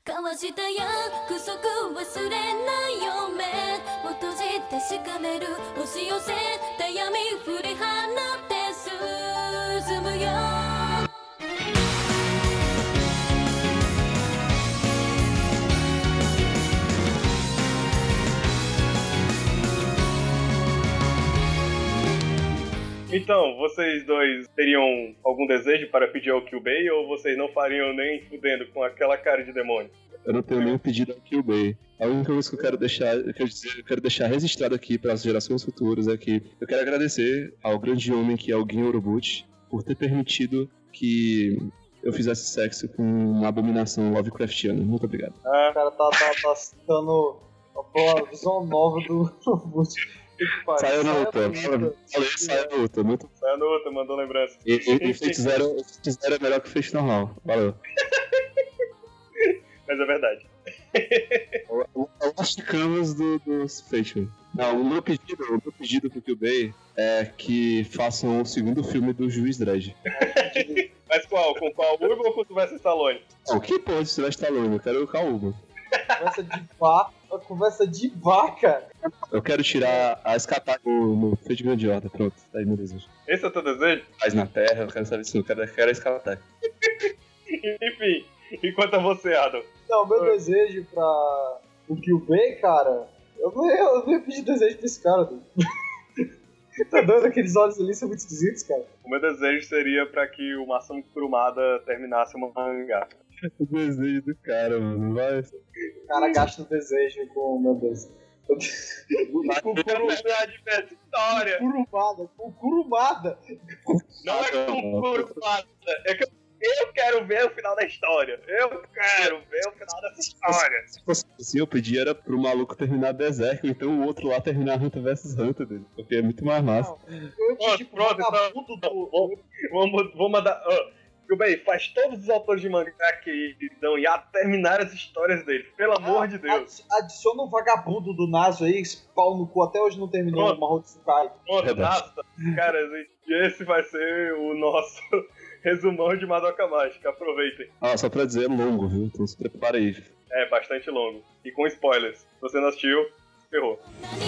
交わした約束忘れないよ目を閉じて確かめる押し寄せた闇振り放って進むよ Então, vocês dois teriam algum desejo para pedir ao Kyubey ou vocês não fariam nem fudendo com aquela cara de demônio? Eu não tenho nenhum pedido ao Kyubey. A única coisa que eu quero deixar registrado aqui para as gerações futuras é que eu quero agradecer ao grande homem que é o Gin Urobuchi por ter permitido que eu fizesse sexo com uma abominação Lovecraftiana. Muito obrigado. O cara tá citando a visão nova do Urobuchi. Saiu na luta. Saiu na luta. Muito... Saiu na luta, mandou lembrança. E Fate Zero é melhor que o Fate normal. Valeu. Mas é verdade. O Lost Canvas dos Fate. Não, o meu pedido pro Kyubey é que façam o segundo filme do Juiz Dredd. Mas qual? Com qual Urban ou com o Sylvester Stallone? O que pode de Sylvester Stallone? Eu quero o Urban. Conversa de vaca. Eu quero tirar a escatar no Fate Grande Horda. Pronto, tá aí meu desejo. Esse é o teu desejo? Faz na terra, eu quero saber se eu quero escatar. Enfim, e quanto a você, Adam? Não, meu desejo pra o Kyubey, cara, eu não ia pedir desejo pra esse cara. Tá doido? Aqueles olhos ali são muito esquisitos, cara. O meu desejo seria pra que o Masami Kurumada terminasse uma mangá. O desejo do cara, mano, vai. O cara gasta o desejo com, meu Deus. Com Kurumada diversa história. Com Kurumada. Não é com Kurumada, é que eu quero ver o final da história. Eu quero ver o final dessa história. Se fosse assim, eu pedi era pro maluco terminar Berserk, ou então o outro lá terminar Hunter vs Hunter dele. Porque é muito mais massa. Pronto, então. Vou mandar. Kyubey, faz todos os autores de mangá que dão e terminar as histórias dele. Pelo amor de Deus. Adiciona um vagabundo do Naso aí, esse pau no cu, até hoje não terminou o Mahou Tsukai. Pronto, nossa. Cara, esse vai ser o nosso resumão de Madoka Mágica. Aproveitem. Só pra dizer, é longo, viu? Então se prepara aí. É, bastante longo. E com spoilers. Se você não assistiu, ferrou.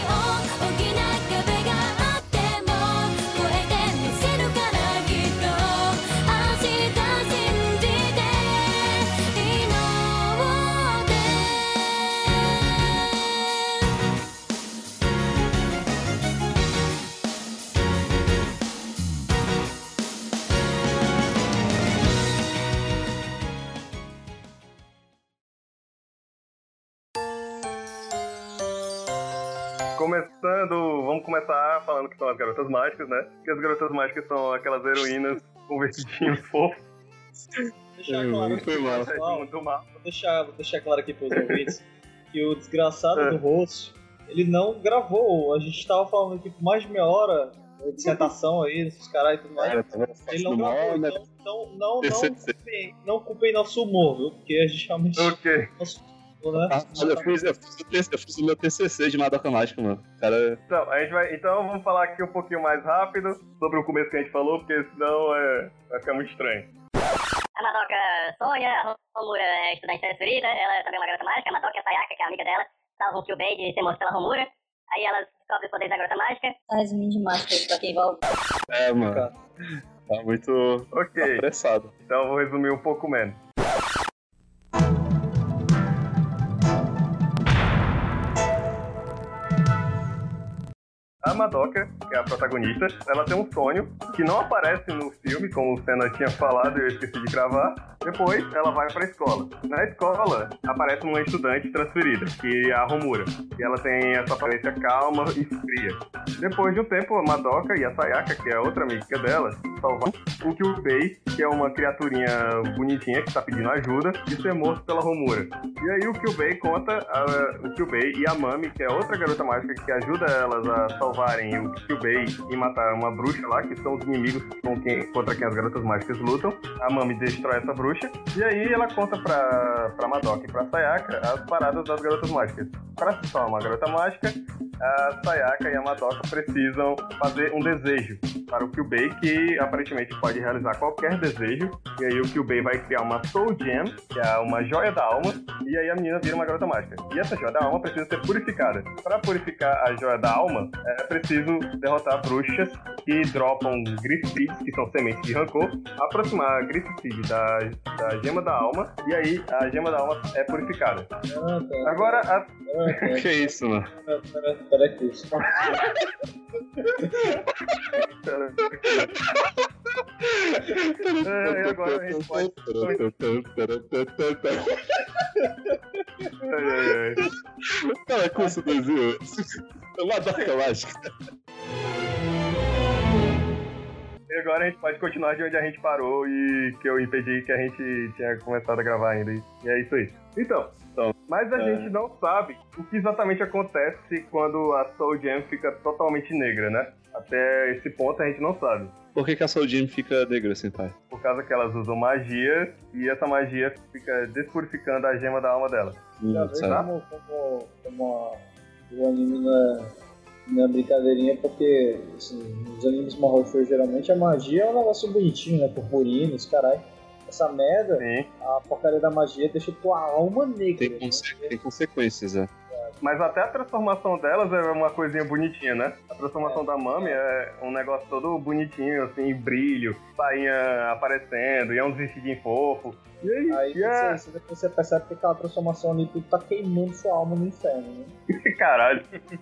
Vamos começar falando que são as garotas mágicas, né? Que as garotas mágicas são aquelas heroínas com vestidinho fofo. Deixar claro aqui, pessoal, vou deixar claro aqui pros ouvintes que o desgraçado do rosto, ele não gravou. A gente tava falando aqui por mais de meia hora, dissertação aí, esses caras e tudo mais. Ele não gravou, né? Então não culpem nosso humor, viu? Porque a gente realmente... Ok. Eu fiz o meu TCC de Madoka Mágica, mano. Cara... Então vamos falar aqui um pouquinho mais rápido sobre o começo que a gente falou, porque senão vai ficar muito estranho. A Madoka sonha, a Homura é estudante transferida, ela é também uma garota mágica, a Madoka é a Sayaka, que é a amiga dela, salva o Kyubey de ser morto pela Homura, aí elas descobrem os poderes da garota mágica. Resuminho de mágica pra quem envolve. Mano. Tá muito apressado. Então eu vou resumir um pouco menos. A Madoka, que é a protagonista, ela tem um sonho que não aparece no filme, como o Senna tinha falado e eu esqueci de gravar. Depois, ela vai pra escola. Na escola, aparece uma estudante transferida, que é a Homura. E ela tem essa aparência calma e fria. Depois de um tempo, a Madoka e a Sayaka, que é a outra amiga dela, salvam o Kyubey, que é uma criaturinha bonitinha que tá pedindo ajuda, de ser morto pela Homura. E aí o Kyubey conta o Kyubey e a Mami, que é outra garota mágica que ajuda elas a salvarem o Kyubey e matar uma bruxa lá, que são os inimigos contra quem as garotas mágicas lutam. A Mami destrói essa bruxa, e aí ela conta pra Madoka e pra Sayaka as paradas das garotas mágicas. Pra se tornar uma garota mágica, a Sayaka e a Madoka precisam fazer um desejo para o Kyubei, que aparentemente pode realizar qualquer desejo. E aí o Kyubei vai criar uma Soul Gem, que é uma joia da alma, e aí a menina vira uma garota mágica. E essa joia da alma precisa ser purificada. Para purificar a joia da alma, é preciso derrotar bruxas que dropam Griff Seeds, que são sementes de rancor, aproximar a Griff Seed da gema da alma, e aí a gema da alma é purificada. Agora, Que isso, mano? Peraí que isso. Agora a gente pode... Não, é curso 2000. É uma doca mágica. E agora a gente pode continuar de onde a gente parou e que eu impedi que a gente tinha começado a gravar ainda. E é isso aí. Então, mas a gente não sabe o que exatamente acontece quando a Soul Gem fica totalmente negra, né? Até esse ponto a gente não sabe. Por que a Soul Gem fica negra, Senpai? Por causa que elas usam magia e essa magia fica despurificando a gema da alma dela. Já vê como o anime não é brincadeirinha, porque assim, nos animes Mahou geralmente a magia é um negócio bonitinho, né? Purpurinos, caralho. Essa merda, Sim. a porcaria da magia deixa tua alma negra. Tem consequências, né? Mas até a transformação delas é uma coisinha bonitinha, né? A transformação da Mami é um negócio todo bonitinho, assim, brilho, bainha aparecendo, e é um vestidinho fofo. E aí você percebe que aquela transformação ali tudo tá queimando sua alma no inferno, né? Caralho.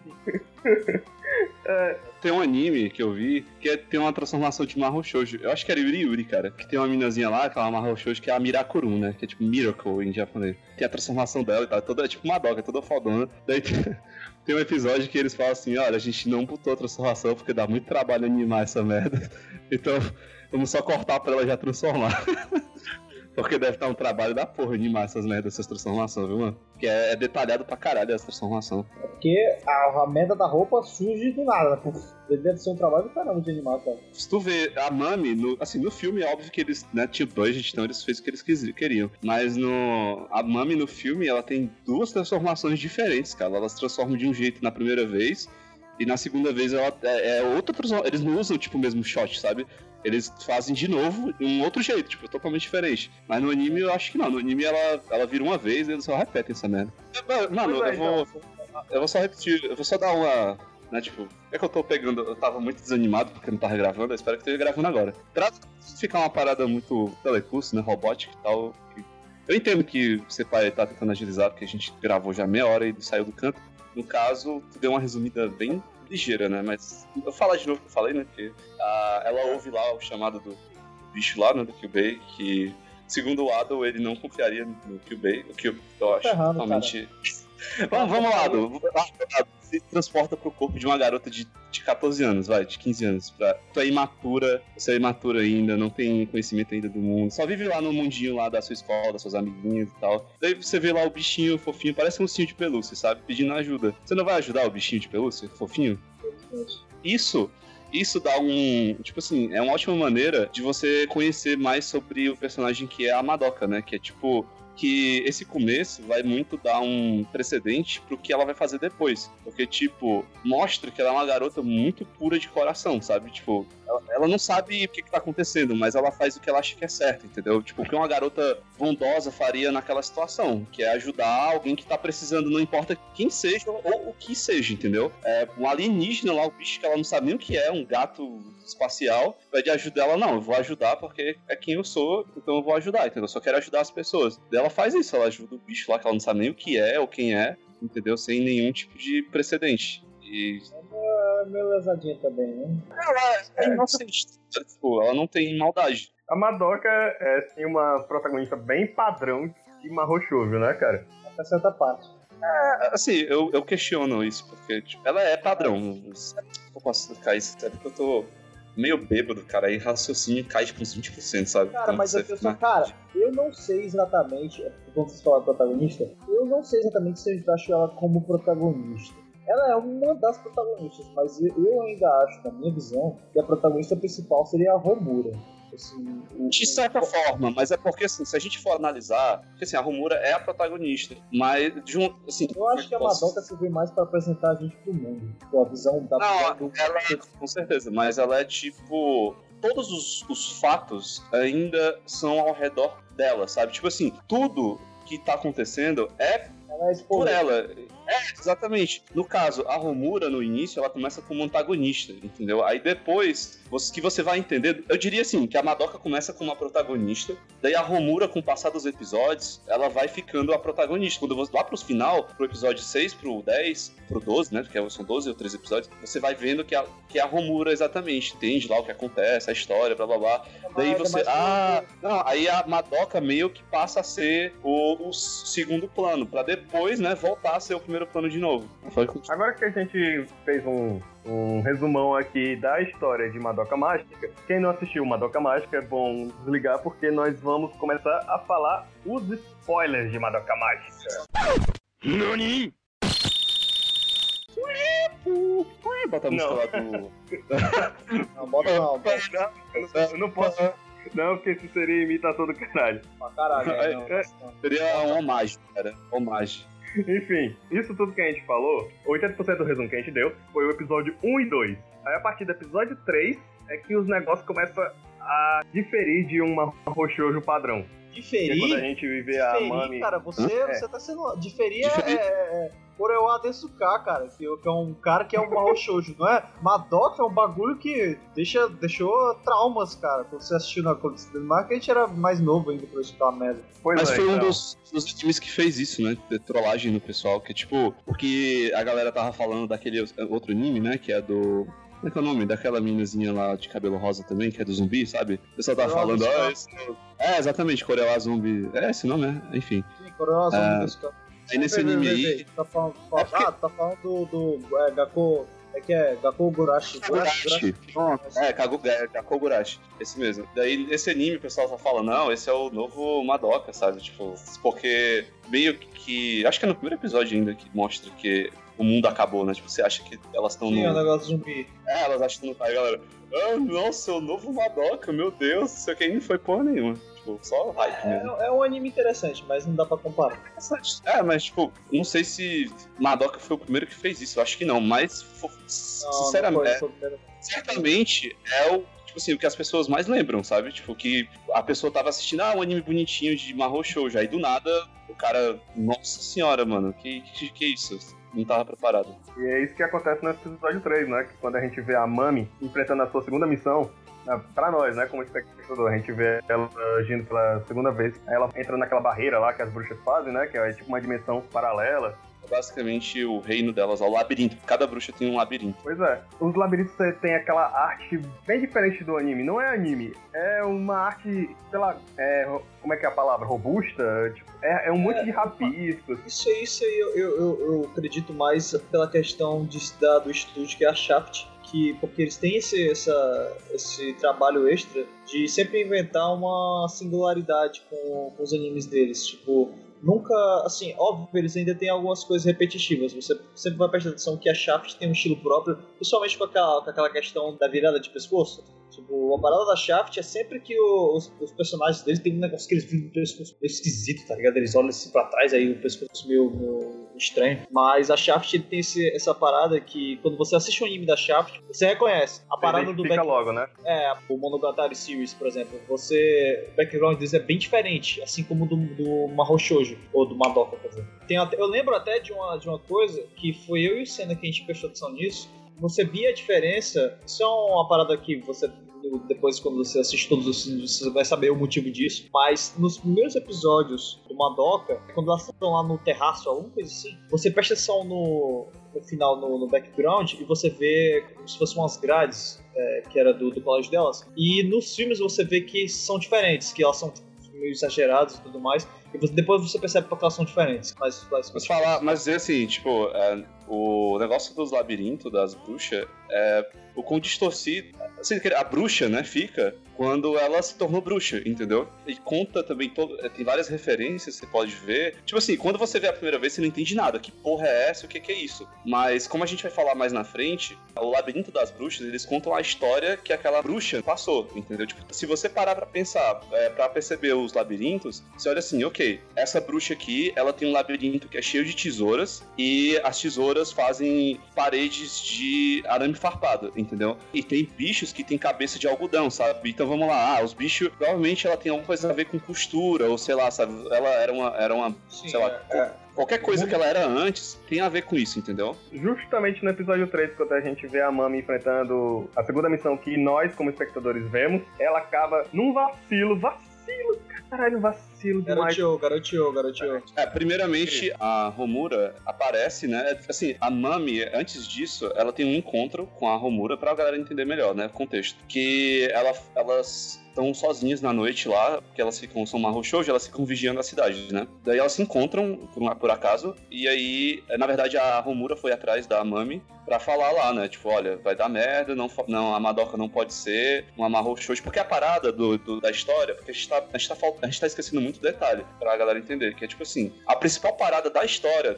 Tem um anime que eu vi que tem uma transformação de Mahou Shoujo. Eu acho que era Yuri Yuri, cara. Que tem uma minazinha lá, aquela Mahou Shoujo, que é a Mirakurun, né? Que é tipo Miracle em japonês. Tem a transformação dela e tal. Toda, é tipo uma doga, toda fodona. Daí tem um episódio que eles falam assim: olha, a gente não botou a transformação porque dá muito trabalho animar essa merda. Então, vamos só cortar pra ela já transformar. Porque deve estar um trabalho da porra animar essas merdas, essas transformações, viu, mano? Porque é detalhado pra caralho essa transformação. É porque a merda da roupa surge do nada, né? Deve ser um trabalho do caramba de animar, cara. Se tu vê a Mami, no filme é óbvio que eles, né, tinham budget, então eles fez o que eles queriam. Mas a Mami no filme, ela tem duas transformações diferentes, cara. Ela se transforma de um jeito na primeira vez, e na segunda vez ela é outra transformação. Eles não usam, tipo, o mesmo shot, sabe? Eles fazem de novo de um outro jeito, tipo, totalmente diferente. Mas no anime eu acho que não. No anime ela vira uma vez e eles só repetem essa merda. Mano, eu vou só repetir, eu vou só dar uma... Né, tipo, é que eu tô pegando... Eu tava muito desanimado porque não tava gravando, eu espero que esteja gravando agora. Pra ficar uma parada muito telecurso, né, robótica e tal... Eu entendo que você tá tentando agilizar, porque a gente gravou já meia hora e saiu do canto. No caso, tu deu uma resumida bem ligeira, né? Mas eu vou falar de novo o que eu falei, né? Porque ela ouve lá o chamado do bicho lá, né? Do Kyubei, que, segundo o Ado, ele não confiaria no Kyubei, o que eu acho totalmente... Vamos lá, Ado. Se transporta pro corpo de uma garota de 14 anos, de 15 anos. Tu é imatura, você é imatura ainda, não tem conhecimento ainda do mundo. Só vive lá no mundinho lá da sua escola, das suas amiguinhas e tal. Daí você vê lá o bichinho fofinho, parece um ursinho de pelúcia, sabe? Pedindo ajuda. Você não vai ajudar o bichinho de pelúcia, fofinho? Isso dá tipo assim, é uma ótima maneira de você conhecer mais sobre o personagem que é a Madoka, né? Que é tipo... que esse começo vai muito dar um precedente pro que ela vai fazer depois. Porque, tipo, mostra que ela é uma garota muito pura de coração, sabe? Tipo, ela não sabe o que tá acontecendo, mas ela faz o que ela acha que é certo, entendeu? Tipo, o que uma garota bondosa faria naquela situação, que é ajudar alguém que tá precisando, não importa quem seja ou o que seja, entendeu? É um alienígena lá, um bicho que ela não sabe nem o que é, um gato espacial, pede ajuda dela, não, eu vou ajudar porque é quem eu sou, então eu vou ajudar, entendeu? Eu só quero ajudar as pessoas. Ela faz isso, ela ajuda o bicho lá, que ela não sabe nem o que é ou quem é, entendeu? Sem nenhum tipo de precedente. E... é meio lesadinha também, né? Ela é inocente, tipo, ela não tem maldade. A Madoka é, sim, uma protagonista bem padrão de Mahou Shoujo, né, cara? Até certa parte. Assim, eu questiono isso, porque tipo, ela é padrão. Eu posso ficar isso, sabe? Porque eu tô meio bêbado, cara, aí raciocínio cai tipo uns 20%, sabe? Cara, então, mas eu não sei exatamente, quando você fala protagonista, eu não sei exatamente se eu acho ela como protagonista. Ela é uma das protagonistas, mas eu ainda acho, na minha visão, que a protagonista principal seria a Homura. assim, de certa forma, mas é porque, assim, se a gente for analisar, porque, assim, a Homura é a protagonista, mas, assim... Eu acho que a Madoka serviu mais pra apresentar a gente pro mundo, com a visão da... Não, ela, com certeza, mas ela é, tipo... Todos os fatos ainda são ao redor dela, sabe? Tipo assim, tudo que tá acontecendo é por ela. Exatamente. No caso, a Homura, no início, ela começa como antagonista, entendeu? Aí depois, que você vai entender... Eu diria assim, que a Madoka começa como a protagonista, daí a Homura, com o passar dos episódios, ela vai ficando a protagonista. Quando você lá pro final, pro episódio 6, pro 10, pro 12, né? Porque são 12 ou 13 episódios, você vai vendo que é a Homura exatamente, entende lá o que acontece, a história, blá blá blá. Daí você... não, aí a Madoka meio que passa a ser o segundo plano, pra depois, né, voltar a ser o primeiro plano de novo. Agora que a gente fez um resumão aqui da história de Madoka Mágica, quem não assistiu Madoka Mágica é bom desligar, porque nós vamos começar a falar os spoilers de Madoka Mágica. NANI? Bota a música lá do... Não, bota não. Eu não posso... Não, porque isso seria imitação do caralho. Pra caralho, Seria uma homagem, cara. Homagem. Enfim, isso tudo que a gente falou, 80% do resumo que a gente deu foi o episódio 1 e 2. Aí a partir do episódio 3 é que os negócios começam a diferir de uma Roshoujo padrão. Diferir? Quando a gente vê a Mami... Cara, você tá sendo... Diferir é Kurewa Desuka, cara, que é um cara que é uma Roshoujo, não é? Madoka é um bagulho que deixou traumas, cara, quando você assistiu na Coliseu. Mas que a gente era mais novo ainda pra escutar a merda. Mas foi um dos times que fez isso, né? De trollagem no pessoal, que tipo... Porque a galera tava falando daquele outro anime, né? Que é do... Como é que é o nome? Daquela minazinha lá de cabelo rosa também, que é do zumbi, sabe? O pessoal tava falando, exatamente, Kurewa Zumbi. É esse nome, né? Enfim. Sim, Kurewa Zumbi. Aí nesse anime aí... Tá falando do Gakkou... Gakkou Gurashi. Gakkou Gurashi. Esse mesmo. Daí, esse anime, o pessoal tá falando, não, esse é o novo Madoka, sabe? Tipo, porque meio que... Acho que é no primeiro episódio ainda que mostra que o mundo acabou, né? Tipo, você acha que elas estão no... Sim, é um negócio zumbi. Elas acham que não tá, galera. Nossa, o novo Madoka, meu Deus, isso aqui nem foi porra nenhuma. Só hype mesmo. É um anime interessante, mas não dá pra comparar. Mas tipo, não sei se Madoka foi o primeiro que fez isso, eu acho que não, mas sinceramente, certamente é o, tipo assim, o que as pessoas mais lembram, sabe? Tipo, que a pessoa tava assistindo um anime bonitinho de Mahou Shoujo, aí do nada o cara, nossa senhora, mano, que isso? Não tava preparado. E é isso que acontece no episódio 3, né? Que quando a gente vê a Mami enfrentando a sua segunda missão, pra nós, né, como espectador, a gente vê ela agindo pela segunda vez. Aí ela entra naquela barreira lá que as bruxas fazem, né, que é tipo uma dimensão paralela. É basicamente o reino delas, o labirinto. Cada bruxa tem um labirinto. Pois é. Os labirintos tem aquela arte bem diferente do anime. Não é anime, é uma arte, sei lá, como é que é a palavra? Robusta? Tipo, é um monte de rabiscos. Isso aí eu acredito mais pela questão do estúdio, que é a Shaft. Porque eles têm esse trabalho extra de sempre inventar uma singularidade com os animes deles. Tipo, nunca, assim, óbvio, eles ainda têm algumas coisas repetitivas. Você sempre vai prestar atenção que a Shaft tem um estilo próprio, principalmente com aquela questão da virada de pescoço. Tipo, a parada da Shaft é sempre que os personagens deles tem um negócio que eles viram no pescoço meio esquisito, tá ligado? Eles olham assim pra trás, aí o pescoço meio estranho. Mas a Shaft tem essa parada que, quando você assiste um anime da Shaft, você reconhece. A parada do background. Logo, né? O Monogatari Series, por exemplo. O background deles é bem diferente, assim como do Mahou Shoujo, ou do Madoka, por exemplo. Eu lembro até de uma coisa que foi eu e o Senna que a gente prestou atenção nisso. Você via a diferença. Isso é uma parada que você... Depois, quando você assiste todos os filmes, você vai saber o motivo disso. Mas nos primeiros episódios do Madoka, quando elas estão lá no terraço, alguma coisa assim, você presta atenção no final, no background, e você vê como se fossem umas grades, que era do colégio delas. E nos filmes você vê que são diferentes, que elas são meio exageradas e tudo mais. E depois você percebe porque elas são diferentes. Mas assim, tipo, o negócio dos labirintos, das bruxas, o quão distorcido. Assim, a bruxa, né, fica quando ela se tornou bruxa, entendeu? E conta também, tem várias referências que você pode ver. Tipo assim, quando você vê a primeira vez, você não entende nada. Que porra é essa? O que é isso? Mas, como a gente vai falar mais na frente, o Labirinto das Bruxas, eles contam a história que aquela bruxa passou, entendeu? Tipo, se você parar pra pensar, pra perceber os labirintos, você olha assim, ok, essa bruxa aqui, ela tem um labirinto que é cheio de tesouras, e as tesouras fazem paredes de arame farpado, entendeu? E tem bichos que tem cabeça de algodão, sabe? Então vamos lá, os bichos, provavelmente ela tem alguma coisa a ver com costura, ou sei lá, sabe? Ela era uma Sim, sei lá, qualquer coisa que ela era antes tem a ver com isso, entendeu? Justamente no episódio 3, quando a gente vê a Mami enfrentando a segunda missão que nós, como espectadores, vemos, ela acaba num vacilo, caralho, vacilo demais. Garoteou. Primeiramente, a Homura aparece, né? Assim, a Mami, antes disso, ela tem um encontro com a Homura pra galera entender melhor, né? O contexto. Que elas estão sozinhas na noite lá, porque elas são Mahou Shoujo, elas ficam vigiando a cidade, né? Daí elas se encontram, por acaso, e aí, na verdade, a Homura foi atrás da Mami pra falar lá, né? Tipo, olha, vai dar merda, não, a Madoka não pode ser uma Mahou Shoujo, porque a parada da história, porque a gente tá esquecendo muito detalhe pra galera entender, que é tipo assim, a principal parada da história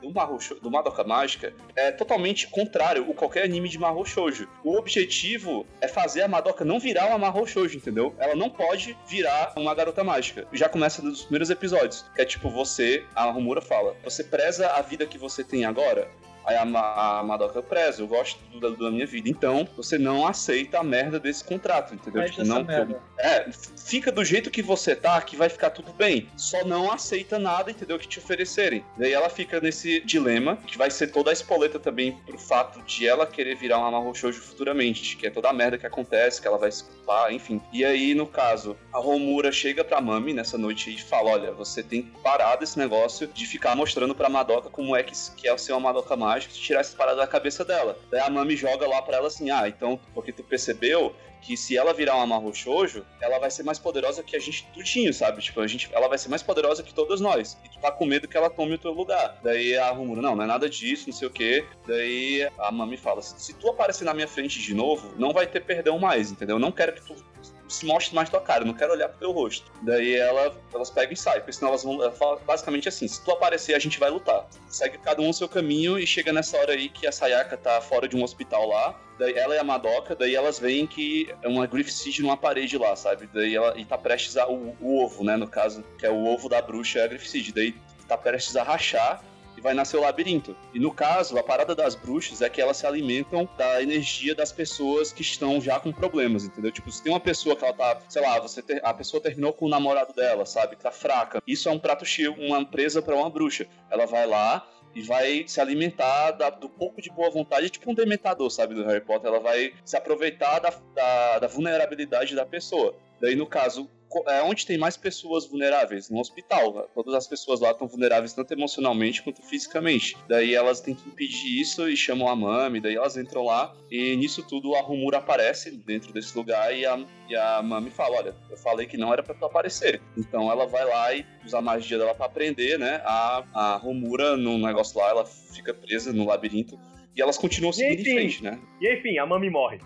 do Madoka Mágica é totalmente contrário a qualquer anime de Mahou Shoujo. O objetivo é fazer a Madoka não virar uma Mahou Shoujo, entendeu? Ela não pode virar uma garota mágica. Já começa nos primeiros episódios, que é tipo a Homura fala, você preza a vida que você tem agora? Aí a Madoka, eu prezo, eu gosto da minha vida. Então, você não aceita a merda desse contrato, entendeu? Tipo, não, fica do jeito que você tá, que vai ficar tudo bem. Só não aceita nada, entendeu? Que te oferecerem. Daí ela fica nesse dilema, que vai ser toda a espoleta também pro fato de ela querer virar uma Mahou Shoujo futuramente, que é toda a merda que acontece, que ela vai se culpar, enfim. E aí, no caso, a Homura chega pra Mami nessa noite e fala, olha, você tem que parar desse negócio de ficar mostrando pra Madoka como é que é ser uma Madoka mágica, tirar essa parada da cabeça dela. Daí a Mami joga lá pra ela assim, então, porque tu percebeu que se ela virar uma Mahou Shoujo, ela vai ser mais poderosa que a gente tudinho, sabe? Tipo, ela vai ser mais poderosa que todas nós. E tu tá com medo que ela tome o teu lugar. Daí a Homura, não é nada disso, não sei o quê. Daí a Mami fala, se tu aparecer na minha frente de novo, não vai ter perdão mais, entendeu? Eu não quero que tu se mostre mais tua cara, eu não quero olhar pro teu rosto. Daí elas pegam e saem, porque senão ela fala basicamente assim, se tu aparecer, a gente vai lutar. Segue cada um o seu caminho e chega nessa hora aí que a Sayaka tá fora de um hospital lá, daí ela e a Madoka, daí elas veem que é uma Griff Seed numa parede lá, sabe? Daí ela tá prestes o ovo, né, no caso, que é o ovo da bruxa, é a Griff Seed, daí tá prestes a rachar e vai nascer o labirinto. E no caso, a parada das bruxas é que elas se alimentam da energia das pessoas que estão já com problemas, entendeu? Tipo, se tem uma pessoa que ela tá, sei lá, a pessoa terminou com o namorado dela, sabe? Que tá fraca. Isso é um prato cheio, uma presa pra uma bruxa. Ela vai lá e vai se alimentar do pouco de boa vontade, tipo um dementador, sabe, do Harry Potter. Ela vai se aproveitar da vulnerabilidade da pessoa. Daí, no caso, onde tem mais pessoas vulneráveis? No hospital. Todas as pessoas lá estão vulneráveis tanto emocionalmente quanto fisicamente. Daí elas têm que impedir isso e chamam a Mami, daí elas entram lá e nisso tudo a Homura aparece dentro desse lugar e a Mami fala, olha, eu falei que não era pra tu aparecer. Então ela vai lá e usa a magia dela pra prender, né, a Homura num negócio lá, ela fica presa no labirinto e elas continuam seguindo em frente, né? E enfim, a Mami morre.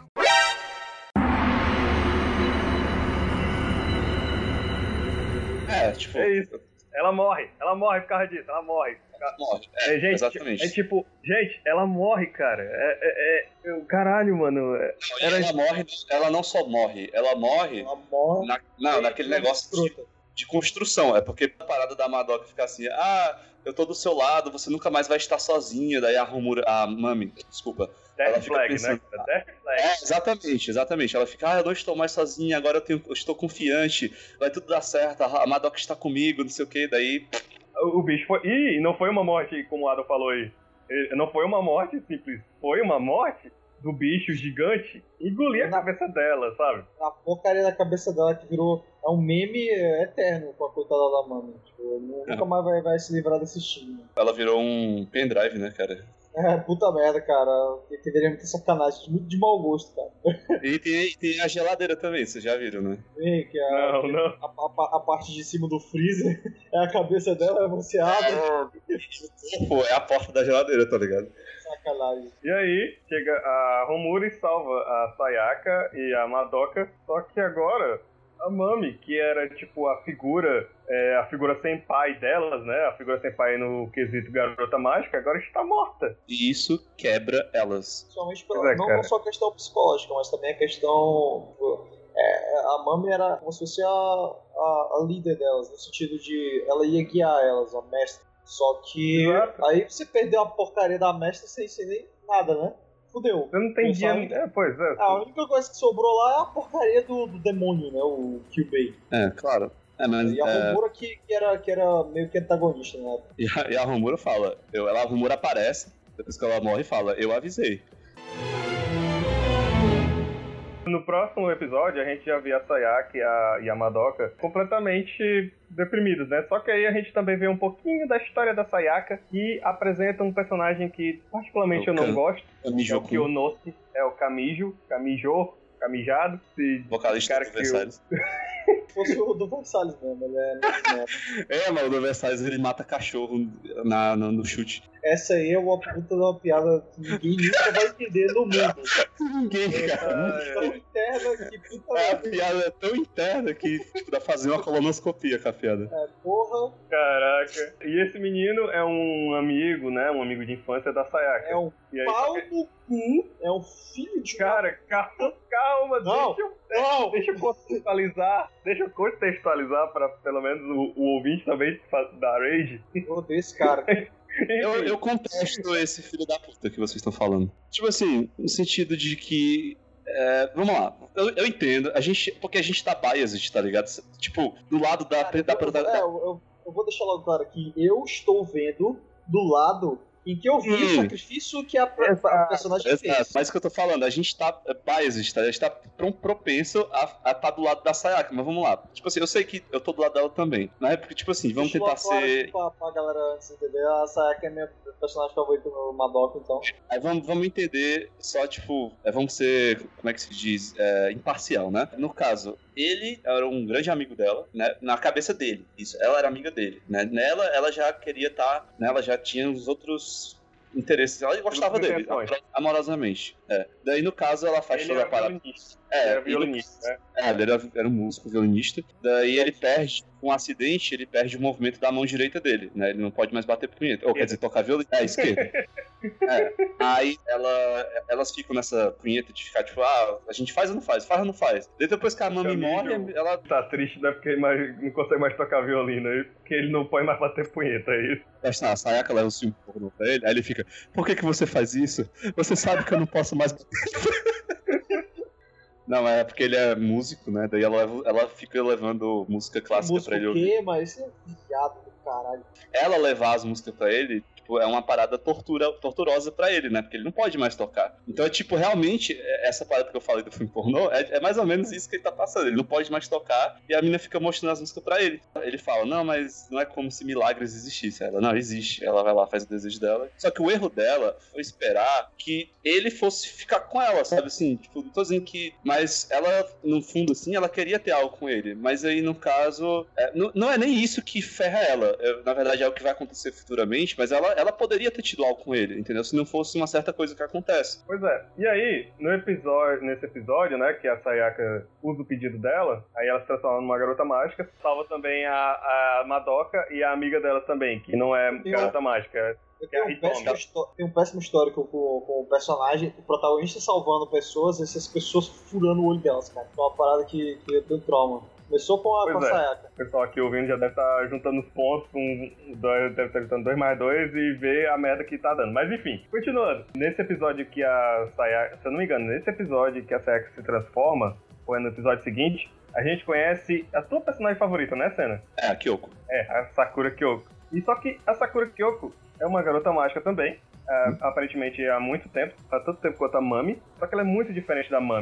Tipo... É isso. Ela morre por causa disso, ela morre. Gente, exatamente. Tipo, gente, ela morre, cara. Caralho, mano. Ela não só morre, ela morre naquele negócio de construção. É porque a parada da Madoka fica assim, eu tô do seu lado, você nunca mais vai estar sozinha. Daí a Mami, desculpa. Ela fica flag, pensando, né? Flag. Exatamente. Ela fica, eu não estou mais sozinha, agora eu estou confiante, vai tudo dar certo, a Madoka está comigo, não sei o que, daí... O bicho foi... Ih, não foi uma morte, como o Adam falou aí. Não foi uma morte simples, foi uma morte do bicho gigante engolir a cabeça dela, sabe? A porcaria da cabeça dela que virou... É um meme eterno com a coitada da Mami. Tipo, nunca mais vai se livrar desse estigma. Ela virou um pendrive, né, cara? Puta merda, cara. Deveria ter sacanagem, muito de mau gosto, cara. E tem a geladeira também, vocês já viram, né? Que Não. A parte de cima do freezer é a cabeça dela, você abre. Pô, é a porta da geladeira, tá ligado? Sacanagem. E aí, chega a Homura e salva a Sayaka e a Madoka, só que agora a Mami, que era tipo a figura senpai delas, né? A figura senpai no quesito garota mágica, agora está morta. E isso quebra elas. Principalmente não só a questão psicológica, mas também a questão... a Mami era como se fosse a líder delas, no sentido de ela ia guiar elas, a mestra. Só que aí você perdeu a porcaria da mestra sem nem nada, né? Fudeu. Eu não entendi. Pois é. A única coisa que sobrou lá é a porcaria do demônio, né? O Kyubei. Claro. Mas, e a Homura que era meio que antagonista, né? E a Homura fala, a Homura aparece, depois que ela morre e fala, eu avisei. No próximo episódio, a gente já vê a Sayaka e a Madoka completamente deprimidos, né? Só que aí a gente também vê um pouquinho da história da Sayaka e apresenta um personagem que particularmente eu não gosto. É o Kyonosuke, é o Camijado. Vocalista do Versalhes. Fosse o do Versalhes mesmo, ele é... mas o do Versalhes ele mata cachorro no chute. Essa aí é uma puta de uma piada que ninguém nunca vai entender no mundo. Ninguém, cara. Tão interna que puta a piada é tão interna que dá pra fazer uma colonoscopia com a piada. Porra. Caraca. E esse menino é um amigo, né? Um amigo de infância da Sayaka. É um pau no cu. É um filho de... Cara, calma. Deixa eu contextualizar. Deixa eu contextualizar pra pelo menos o ouvinte também da Rage. Eu odeio esse cara. Eu contesto esse filho da puta que vocês estão falando. Tipo assim, no sentido de que... vamos lá, eu entendo, porque a gente tá biased, tá ligado? Tipo, do lado da... Eu vou deixar logo claro que eu estou vendo do lado em que eu vi o sacrifício que a personagem fez. Mas o que eu tô falando, a gente tá biased, tá? A gente tá propenso a tá do lado da Sayaka, mas vamos lá. Tipo assim, eu sei que eu tô do lado dela também, né? Porque, tipo assim, vamos tentar ser... Pra galera antes entender, a Sayaka é minha personagem favorita no Madoka, então... Aí vamos entender só, tipo, vamos ser, como é que se diz, imparcial, né? No caso, ele era um grande amigo dela, né? Na cabeça dele, isso, ela era amiga dele, né? Nela, ela já queria estar, né? Ela já tinha os outros interesses, ela gostava dele, amorosamente. Daí, no caso, ela faz toda a parada. Ele era violinista, né? Ele era um músico violinista. Daí ele perde um acidente, ele perde o movimento da mão direita dele, né? Ele não pode mais bater punheta. Ou quer dizer, tocar violino. Esquerda. Aí elas ficam nessa punheta de ficar tipo, a gente faz ou não faz? Faz ou não faz? Daí depois que a Mami morre, ela... Tá triste, né? Porque não consegue mais tocar violino aí, porque ele não pode mais bater punheta, é isso. A Sayaka leva um porno pra ele, aí ele fica, por que você faz isso? Você sabe que eu não posso mais bater. Não, é porque ele é músico, né? Daí ela fica levando música clássica pra ele ouvir. Mas isso é viado do caralho. Ela levar as músicas pra ele, tipo, é uma parada torturosa pra ele, né? Porque ele não pode mais tocar. Então é tipo, realmente, essa parada que eu falei do filme pornô, é mais ou menos isso que ele tá passando. Ele não pode mais tocar e a mina fica mostrando as músicas pra ele. Ele fala, não, mas não é como se milagres existissem. Ela, não, existe. Ela vai lá, faz o desejo dela. Só que o erro dela foi esperar que ele fosse ficar com ela, sabe assim? Tipo, não tô dizendo que... Mas ela, no fundo, assim, ela queria ter algo com ele. Mas aí, no caso, não é nem isso que ferra ela. Na verdade, é o que vai acontecer futuramente, mas ela poderia ter tido algo com ele, entendeu? Se não fosse uma certa coisa que acontece. Pois é. E aí, nesse episódio, né, que a Sayaka usa o pedido dela, aí ela se transforma numa garota mágica, salva também a Madoka e a amiga dela também, que não é garota mágica. Tem um péssimo histórico com o personagem, o protagonista salvando pessoas e essas pessoas furando o olho delas, cara. É uma parada que eu tenho trauma. Começou com a Sayaka. O pessoal aqui ouvindo já deve estar juntando os pontos, deve estar juntando 2 mais 2 e ver a merda que tá dando. Mas enfim, continuando. Nesse episódio que a Sayaka, se eu não me engano, nesse episódio que a Sayaka se transforma, ou é no episódio seguinte, a gente conhece a tua personagem favorita, né, Senna? A Kyoko. A Sakura Kyoko. E só que a Sakura Kyoko é uma garota mágica também, aparentemente há muito tempo, há tanto tempo quanto a Mami, só que ela é muito diferente da Mami.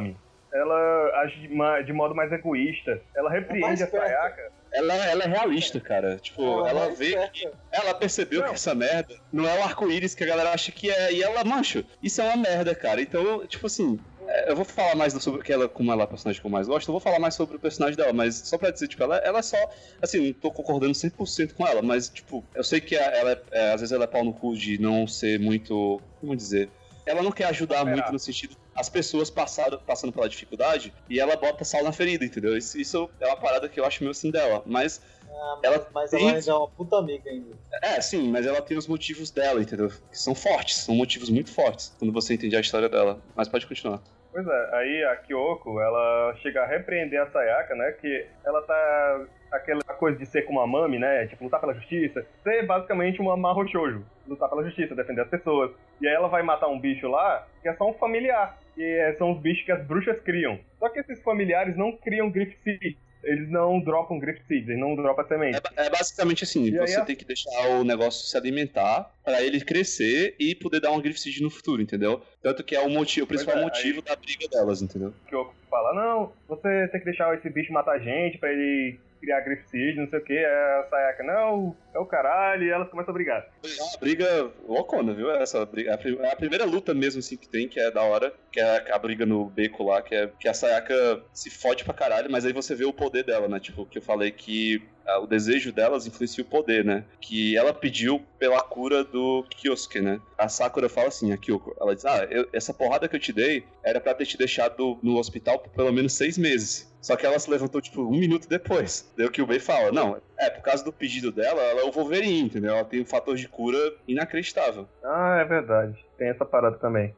ela age de modo mais egoísta. Ela repreende a Sayaka. Ela é realista, cara. Tipo, ela vê que... Ela percebeu que essa merda não é o arco-íris que a galera acha que é. E ela, mancho, isso é uma merda, cara. Então, tipo assim... Eu vou falar mais sobre que ela, como ela é a personagem que eu mais gosto, eu vou falar mais sobre o personagem dela, mas só pra dizer, tipo, ela é só, assim, não tô concordando 100% com ela, mas, tipo, eu sei que ela às vezes ela é pau no cu de não ser muito, como dizer, ela não quer ajudar muito no sentido, as pessoas passando pela dificuldade, e ela bota sal na ferida, entendeu? Isso é uma parada que eu acho meio assim dela, mas... Mas ela ainda é uma puta amiga ainda. Sim, mas ela tem os motivos dela, entendeu? Que são fortes, são motivos muito fortes, quando você entende a história dela. Mas pode continuar. Pois é, aí a Kyoko, ela chega a repreender a Sayaka, né, que ela tá... aquela coisa de ser como a Mami, né, tipo, lutar pela justiça, ser basicamente uma Mahou Shoujo, lutar pela justiça, defender as pessoas. E aí ela vai matar um bicho lá, que é só um familiar, que são os bichos que as bruxas criam. Só que esses familiares não criam Griff Seed. Eles não dropam Griff Seeds, eles não dropam semente. É basicamente assim, e você tem que deixar o negócio se alimentar pra ele crescer e poder dar um Griff Seed no futuro, entendeu? Tanto que é o principal motivo da briga delas, entendeu? Que o fala, não, você tem que deixar esse bicho matar a gente pra ele criar Griff Seed, não sei o que. A Sayaka, não, é o caralho, e elas começam a brigar. É uma briga loucona, viu? Essa briga, a primeira luta mesmo, assim, que tem, que é da hora, que é a briga no beco lá, que a Sayaka se fode pra caralho, mas aí você vê o poder dela, né? Tipo, que eu falei que o desejo delas influencia o poder, né? Que ela pediu pela cura do Kyosuke, né? A Sakura fala assim, a Kyoko, ela diz, essa porrada que eu te dei era pra ter te deixado no hospital por pelo menos 6 meses. Só que ela se levantou, tipo, 1 minuto depois. Daí o Kyubei fala, não, por causa do pedido dela, ela é o Wolverine, entendeu? Ela tem um fator de cura inacreditável. Ah, é verdade. Tem essa parada também.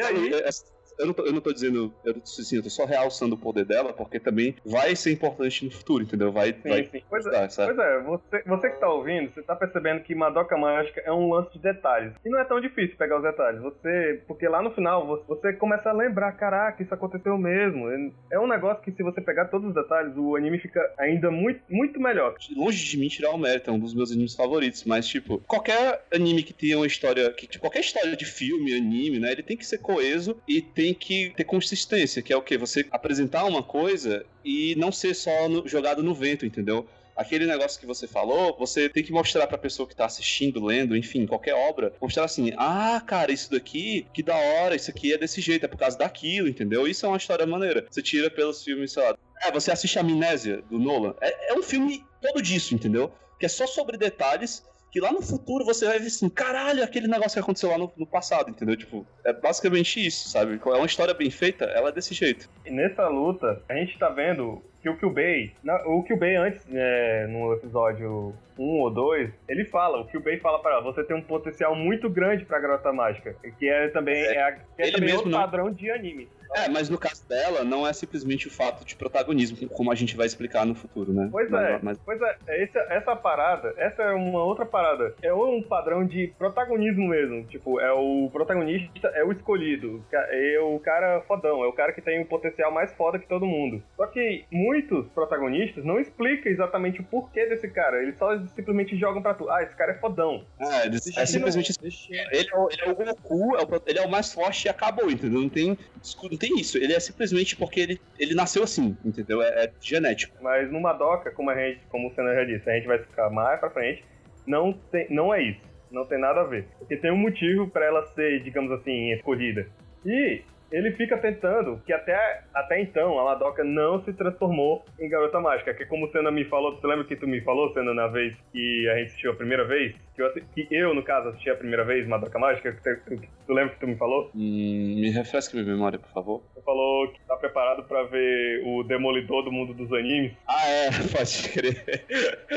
Eu não tô dizendo, eu tô só realçando o poder dela, porque também vai ser importante no futuro, entendeu? Sim. Pois é, você que tá ouvindo, você tá percebendo que Madoka Mágica é um lance de detalhes. E não é tão difícil pegar os detalhes. Porque lá no final, você começa a lembrar, caraca, isso aconteceu mesmo. É um negócio que se você pegar todos os detalhes, o anime fica ainda muito, muito melhor. Longe de mim tirar o mérito, é um dos meus animes favoritos, mas, tipo, qualquer anime que tenha uma história, qualquer história de filme, anime, né, ele tem que ser coeso e tem que ter consistência, que é o quê? Você apresentar uma coisa e não ser só jogado no vento, entendeu? Aquele negócio que você falou, você tem que mostrar pra pessoa que tá assistindo, lendo, enfim, qualquer obra, mostrar assim, cara, isso daqui, que da hora, isso aqui é desse jeito, é por causa daquilo, entendeu? Isso é uma história maneira. Você tira pelos filmes, sei lá, você assiste Amnésia, do Nolan, é um filme todo disso, entendeu? Que é só sobre detalhes, que lá no futuro você vai ver assim, caralho, aquele negócio que aconteceu lá no passado, entendeu? Tipo, é basicamente isso, sabe? É uma história bem feita, ela é desse jeito. E nessa luta, a gente tá vendo que o Kyubei antes, no episódio 1 ou 2, o Kyubei fala pra ela, você tem um potencial muito grande pra Garota Mágica, que é também, outro padrão de anime. Mas no caso dela, não é simplesmente o fato de protagonismo, como a gente vai explicar no futuro, né? Pois essa parada, essa é uma outra parada. É um padrão de protagonismo mesmo. Tipo, é o protagonista, é o escolhido. É o cara fodão, é o cara que tem o potencial mais foda que todo mundo. Só que muitos protagonistas não explicam exatamente o porquê desse cara. Eles só simplesmente jogam pra tu. Esse cara é fodão. É simplesmente... Ele é o Goku, ele é o mais forte e acabou, entendeu? Não tem isso, ele é simplesmente porque ele nasceu assim, entendeu? É genético. Mas no Madoka, como o Senna já disse, a gente vai ficar mais pra frente, não é isso, não tem nada a ver. Porque tem um motivo pra ela ser, digamos assim, escolhida. E ele fica tentando, que até então a Madoka não se transformou em Garota Mágica, que como o Senna me falou, você lembra que tu me falou, Senna, na vez que a gente assistiu a primeira vez? Que eu, no caso, assisti a primeira vez Madoka Mágica, tu lembra que tu me falou? Me refresca minha memória, por favor. Você falou que tá preparado pra ver o Demolidor do mundo dos animes? Pode crer.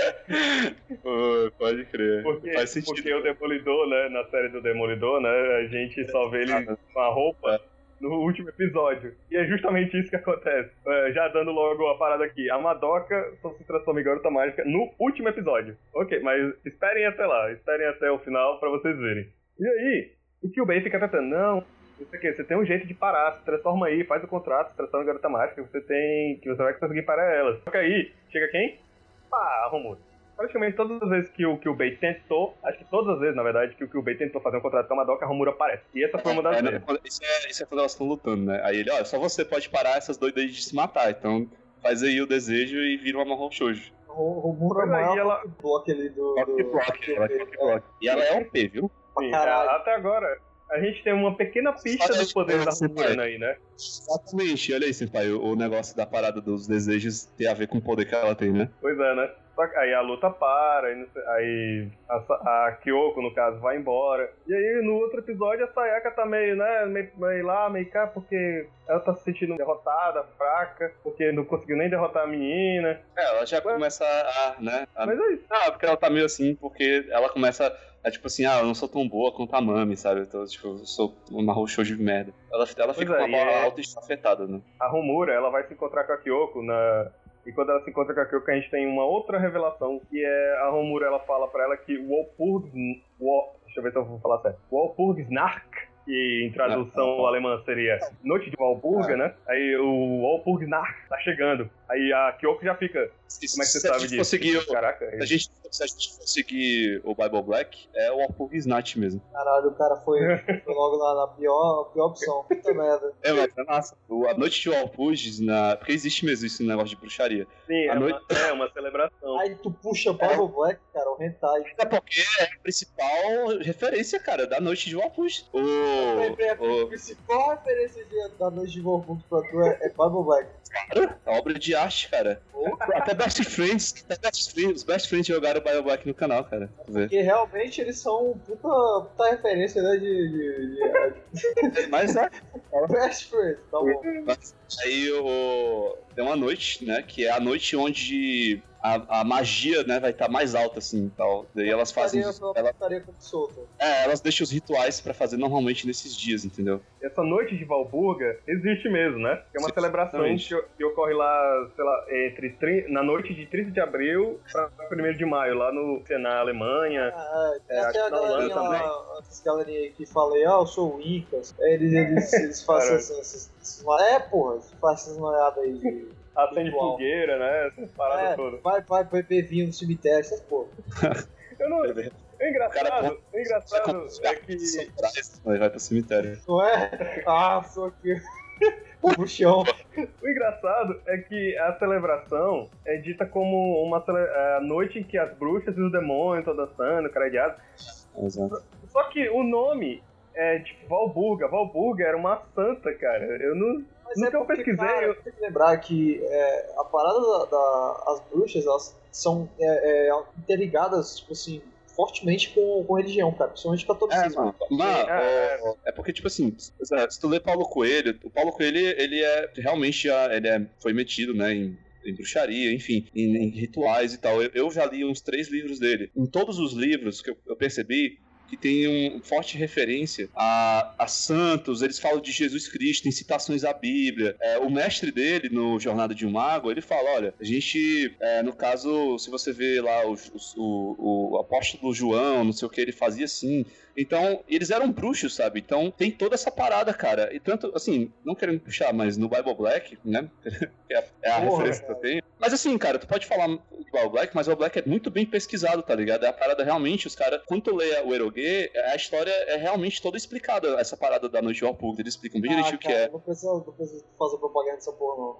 Pode crer. Faz sentido. Porque o Demolidor, né, na série do Demolidor, né, a gente só vê ele com a roupa no último episódio. E é justamente isso que acontece. Já dando logo a parada aqui. A Madoka só se transforma em Garota Mágica no último episódio. Ok, mas esperem até lá. Esperem até o final pra vocês verem. E aí, o Kyubei fica tentando, não sei o você tem um jeito de parar, se transforma aí, faz o contrato, se transforma em Garota Mágica, que você vai conseguir parar elas. Só que aí, chega quem? Romuro. praticamente todas as vezes que o Kyubei tentou, acho que todas as vezes, na verdade, que o Kyubei tentou fazer um contrato com a Madoka, a Homura aparece. E essa foi uma das vezes. Isso é quando elas estão lutando, né? Aí ele, só você pode parar essas doidas aí de se matar, então faz aí o desejo e vira uma Mahou Shoujo. O Homura é maior ela... bloco ali do... E ela é OP, viu? Sim, até agora, a gente tem uma pequena pista dos poderes da Homura aí, né? Exatamente, olha aí, senpai, o negócio da parada dos desejos tem a ver com o poder que ela tem, né? Pois é, né? Aí a luta para, aí a Kyoko, no caso, vai embora. E aí, no outro episódio, a Sayaka tá meio lá, meio cá, porque ela tá se sentindo derrotada, fraca, porque não conseguiu nem derrotar a menina. Ela já começa né? Mas é isso. Porque ela tá meio assim, porque ela começa tipo assim, eu não sou tão boa quanto a Mami, sabe? Então, tipo, eu sou uma Mahou Shoujo de merda. Ela fica com a autoestima afetada, né? A Homura, ela vai se encontrar com a Kyoko E quando ela se encontra com a Kyoko, a gente tem uma outra revelação, que é a Homura, ela fala pra ela que o deixa eu ver se eu vou falar certo. O Walpurgisnacht, que em tradução alemã seria Noite de Walpurga, né? Aí o Walpurgisnacht tá chegando. Aí a Kyoko já fica... Como é que você sabe disso? Caraca. Se a gente for seguir o Bible Black, é o Walpurgisnacht mesmo. Caralho, o cara foi logo na pior opção. Puta merda. Mas é massa. A Noite de Walpurgis, porque existe mesmo isso no negócio de bruxaria. Sim, é uma celebração. Aí tu puxa o Bible Black, cara, o hentai. É porque é a principal referência, cara, da Noite de Walpurgis. A principal referência da Noite de Walpurgis pra tu é Bible Black. Claro, é obra de arte, cara. Até os Best Friends jogaram o Bible Black no canal, cara. Porque realmente eles são puta referência, né, Mas Best Friends, tá bom. Aí tem uma noite, né, que é a noite onde a magia, né, vai estar mais alta, assim, tal. Daí elas fazem... elas deixam os rituais pra fazer normalmente nesses dias, entendeu? Essa Noite de Walpurga existe mesmo, né? É uma celebração que ocorre lá, sei lá, na noite de 30 de abril pra 1º de maio, lá na Alemanha. Até a galerinha aí que fala, eu sou o Incas. Eles fazem essas... faz essas noiadas aí de... Acende fogueira, né? Essas paradas todas. Vai beber vinho no cemitério, essas porra. O engraçado é que... Vai pro cemitério. Não é? Sou aqui. O chão. O engraçado é que a celebração é dita como a noite em que as bruxas e os demônios estão dançando, caradeados. Exato. Só que o nome é tipo Walpurga. Walpurga era uma santa, cara. Eu não... Nunca eu pesquisei. Cara, tem que lembrar que a parada as bruxas, elas são interligadas, tipo assim, fortemente com religião, cara, principalmente catolicismo. É porque, tipo assim, se tu lê Paulo Coelho, o Paulo Coelho, ele é realmente, foi metido, né, em bruxaria, enfim, em rituais e tal. Eu já li uns 3 livros dele. Em todos os livros que eu percebi, que tem uma forte referência a santos, eles falam de Jesus Cristo, tem citações à Bíblia. O mestre dele, no Jornada de um Mago, ele fala, olha, a gente, no caso, se você vê lá o apóstolo João, não sei o que, ele fazia assim. Então, eles eram bruxos, sabe? Então, tem toda essa parada, cara. E tanto, assim, não querendo puxar, mas no Bible Black, né? é a referência que eu tenho. Mas assim, cara, tu pode falar do Bible Black, mas o Bible Black é muito bem pesquisado, tá ligado? É a parada realmente, os caras, quando tu lê o Eroge, a história é realmente toda explicada, essa parada da Noite de Walpurga. Eles explicam bem direitinho o que é. Não precisa fazer propaganda dessa porra, não.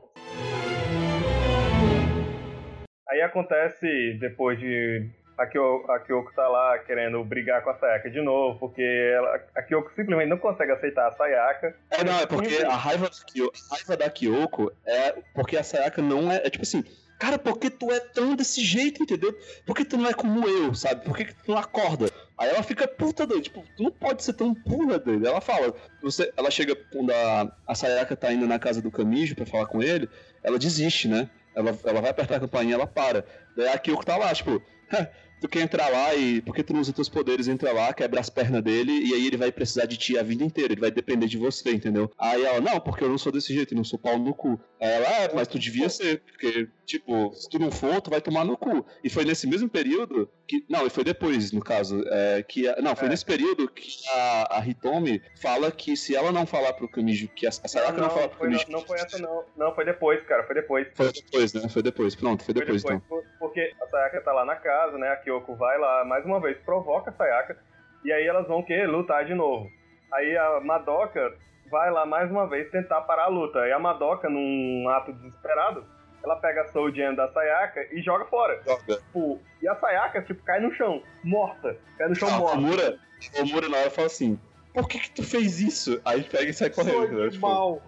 Aí acontece, depois de... A Kyoko tá lá querendo brigar com a Sayaka de novo, porque a Kyoko simplesmente não consegue aceitar a Sayaka. É porque a raiva da Kyoko é porque a Sayaka não é tipo assim, cara, por que tu é tão desse jeito, entendeu? Por que tu não é como eu, sabe? Por que tu não acorda? Aí ela fica puta doida, tipo, tu não pode ser tão burra doida. Ela fala, ela chega quando a Sayaka tá indo na casa do Kamijo pra falar com ele, ela desiste, né? Ela vai apertar a campainha e ela para. Daí a Kyoko tá lá, tipo... Tu quer entrar lá e... Por que tu não usa teus poderes? Entra lá, quebra as pernas dele e aí ele vai precisar de ti a vida inteira. Ele vai depender de você, entendeu? Aí ela, não, porque eu não sou desse jeito, eu não sou pau no cu. Aí ela, mas tu devia ser, porque, tipo, se tu não for, tu vai tomar no cu. E foi nesse mesmo período que... Não, e foi depois, no caso. Foi nesse período que a Hitomi fala que se ela não falar pro Kamijo, que a Sayaka não falar pro Kamijo... Não foi essa, não. Não, foi depois, cara, foi depois. Foi depois, né? Foi depois, pronto, foi depois então. Porque Porque a Sayaka tá lá na casa, né? A Kyoko vai lá mais uma vez, provoca a Sayaka, e aí elas vão lutar de novo. Aí a Madoka vai lá mais uma vez tentar parar a luta. E a Madoka, num ato desesperado, ela pega a Soul Gem da Sayaka e joga fora. Tipo, e a Sayaka, cai no chão, morta. Cai no chão morta. O Mura na hora fala assim, por que tu fez isso? Aí pega e sai correndo. Né? Mal.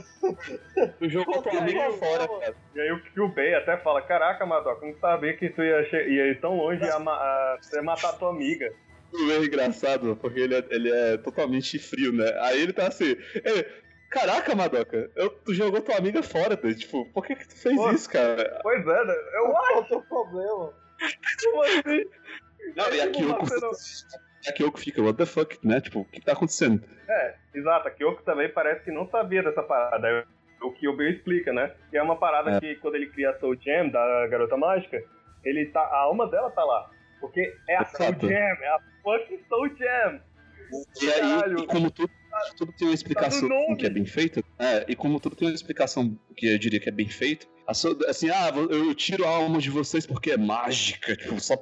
Tu jogou tua amiga fora, cara. E aí o Kyubei até fala, caraca, Madoka, não sabia que tu ia ir tão longe a você matar tua amiga. É engraçado, porque ele é totalmente frio, né? Aí ele tá assim, caraca, Madoka, tu jogou tua amiga fora, tá? Tipo, por que tu fez isso, cara? Pois é, né? Qual é o teu problema? Como assim? Não, e a Kyoko fica, what the fuck, né? Tipo, o que tá acontecendo? Exato, a Kyoko também parece que não sabia dessa parada. Aí o Kyubei explica, né? Que é uma parada que quando ele cria a Soul Gem da Garota Mágica, a alma dela tá lá. Porque é a Soul Gem, é a fucking Soul Gem. E aí, e como tudo tem uma explicação que é bem feita, e como tudo tem uma explicação que eu diria que é bem feito, assim, eu tiro a alma de vocês porque é mágica, tipo, só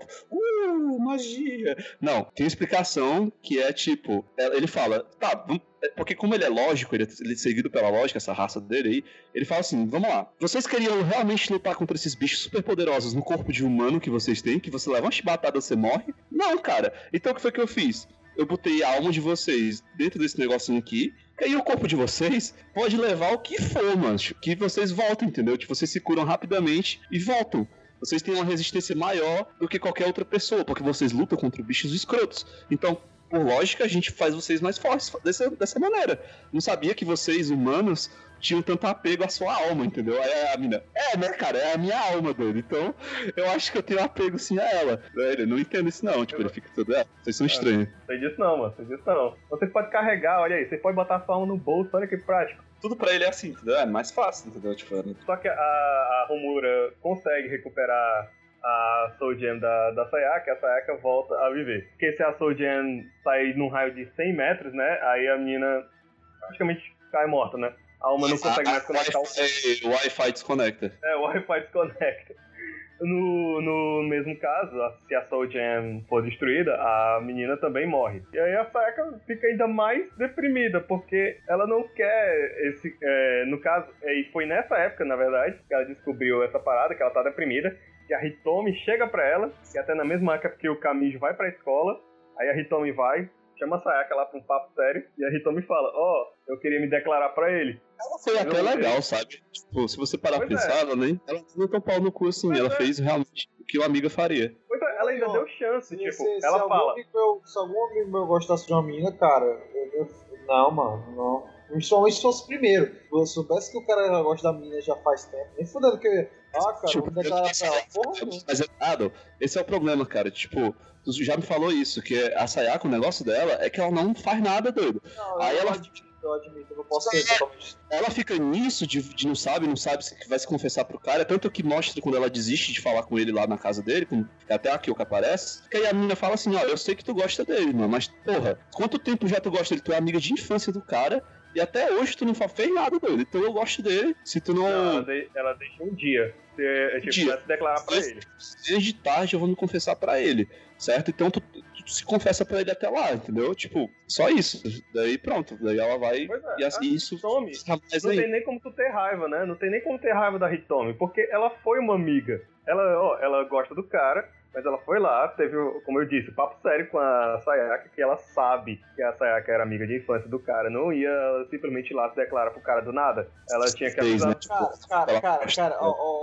magia. Não, tem uma explicação que é tipo, ele fala, porque como ele é lógico, ele é seguido pela lógica, essa raça dele aí, ele fala assim, vamos lá, vocês queriam realmente lutar contra esses bichos super poderosos no corpo de humano que vocês têm, que você leva uma chibatada e você morre? Não, cara. Então o que foi que eu fiz? Eu botei a alma de vocês dentro desse negocinho aqui, e aí o corpo de vocês pode levar o que for, mano, que vocês voltam, entendeu? Tipo, vocês se curam rapidamente e voltam. Vocês têm uma resistência maior do que qualquer outra pessoa, porque vocês lutam contra bichos escrotos. Então, por lógica, a gente faz vocês mais fortes dessa maneira. Não sabia que vocês, humanos, tinham tanto apego à sua alma, entendeu? Aí a mina, né, cara, é a minha alma, doido. Então, eu acho que eu tenho apego, sim, a ela. Ele não entende isso, não. Tipo, ele fica todo, vocês são estranhos. Não sei disso não, mano. Vocês podem carregar, olha aí. Vocês podem botar sua alma no bolso, olha que prático. Tudo pra ele é assim, entendeu? É mais fácil, entendeu? Tipo, Só que a Homura consegue recuperar a Soul Gem da Sayaka, a Sayaka volta a viver. Porque se a Soul Gem sair num raio de 100 metros, né, aí a menina praticamente cai morta, né? A alma não consegue mais conectar o Wi-Fi desconecta. O Wi-Fi desconecta. No mesmo caso, se a Soul Gem for destruída, a menina também morre. E aí a Sayaka fica ainda mais deprimida, porque ela não quer esse... no caso, e foi nessa época, na verdade, que ela descobriu essa parada, que ela tá deprimida, que a Hitomi chega pra ela, e até na mesma época que o Kamijo vai pra escola, aí a Hitomi vai, chama a Sayaka lá pra um papo sério, e a Hitomi fala, eu queria me declarar pra ele. Ela foi até legal, sabe? Tipo, se você parar pra pensar, ela não deu pau no cu assim, ela fez realmente o que uma amiga faria. Pois é, ela ainda deu chance, ela se fala... Se algum amigo meu gostasse de uma menina, cara, não, mano, não. Principalmente se fosse primeiro. Se eu soubesse que o cara gosta da menina já faz tempo, nem fudendo que... cara, tipo, vou declarar pra ela. Porra, mas esse é o problema, cara. Tipo, tu já me falou isso, que a Sayaka, o negócio dela é que ela não faz nada, doido. Não, aí eu admito, eu não posso ser totalmente. Ela fica nisso de não sabe se vai se confessar pro cara, tanto que mostra quando ela desiste de falar com ele lá na casa dele, como até a Kyoko aparece, que aí a menina fala assim, eu sei que tu gosta dele, mano, mas porra, quanto tempo já tu gosta dele? Tu é amiga de infância do cara, e até hoje tu não fez nada dele, então eu gosto dele, se tu não... Ela deixa um dia, vai se declarar pra ele. Desde tarde eu vou me confessar pra ele, certo? Então tu se confessa pra ele até lá, entendeu? Tipo, só isso. Daí pronto, daí ela vai e assim isso some. Não tem nem como tu ter raiva, né? Não tem nem como ter raiva da Hitomi, porque ela foi uma amiga. Ela gosta do cara, mas ela foi lá, teve, como eu disse, papo sério com a Sayaka, que ela sabe que a Sayaka era amiga de infância do cara, não ia simplesmente ir lá se declarar pro cara do nada. Ela tinha que avisar. Né? Cara,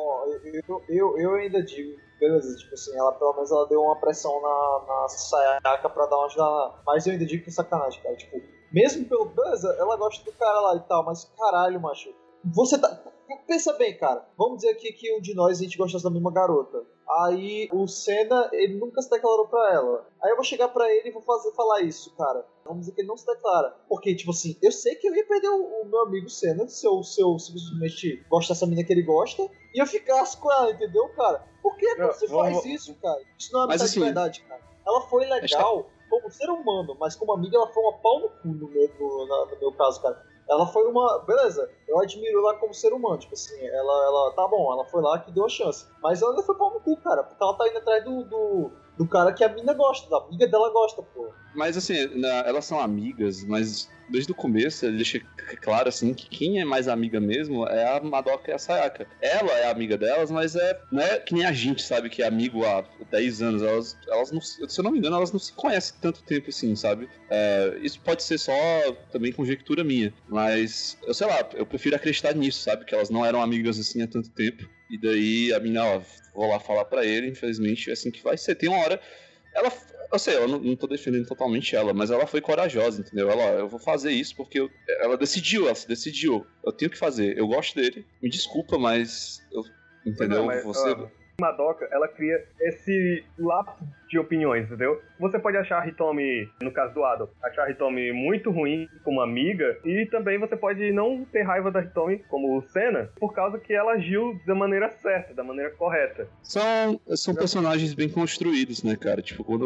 eu ainda digo, beleza, tipo assim, ela pelo menos ela deu uma pressão na Sayaka pra dar uma ajudada, mas eu ainda digo que é sacanagem, cara, tipo, mesmo pelo, beleza, ela gosta do cara lá e tal, mas caralho, macho, você tá... Pensa bem, cara. Vamos dizer aqui que um de nós a gente gosta da mesma garota. Aí o Senna, ele nunca se declarou pra ela. Aí eu vou chegar pra ele e vou falar isso, cara. Vamos dizer que ele não se declara. Porque, tipo assim, eu sei que eu ia perder o meu amigo Senna se eu simplesmente gosto dessa menina que ele gosta e eu ficasse com ela, entendeu, cara? Por que você faz isso, cara? Isso não é amizade de verdade, cara. Ela foi legal como ser humano, mas como amiga ela foi uma pau no cu no meu caso, cara. Ela foi uma... Beleza, eu admiro ela como ser humano, tipo assim, ela tá bom, ela foi lá que deu a chance. Mas ela ainda foi pau no cu, cara, porque ela tá indo atrás do cara que a mina gosta, da amiga dela gosta, pô. Mas assim, elas são amigas, mas desde o começo ele deixa claro assim que quem é mais amiga mesmo é a Madoka e a Sayaka. Ela é amiga delas, mas não é que nem a gente sabe que é amigo há 10 anos. Elas não, se eu não me engano, elas não se conhecem tanto tempo assim, sabe? Isso pode ser só também conjectura minha, mas eu sei lá, eu prefiro acreditar nisso, sabe? Que elas não eram amigas assim há tanto tempo. E daí a mina, vou lá falar pra ele, infelizmente é assim que vai ser. Tem uma hora, eu sei, eu não tô defendendo totalmente ela, mas ela foi corajosa, entendeu? Eu vou fazer isso porque ela se decidiu, eu tenho que fazer, eu gosto dele, me desculpa, mas entendeu? Madoka, ela cria esse lapso de opiniões, entendeu? Você pode achar a Hitomi, no caso do Ado, achar a Hitomi muito ruim como amiga, e também você pode não ter raiva da Hitomi como o Senna, por causa que ela agiu da maneira certa, da maneira correta. São personagens bem construídos, né, cara? Tipo, quando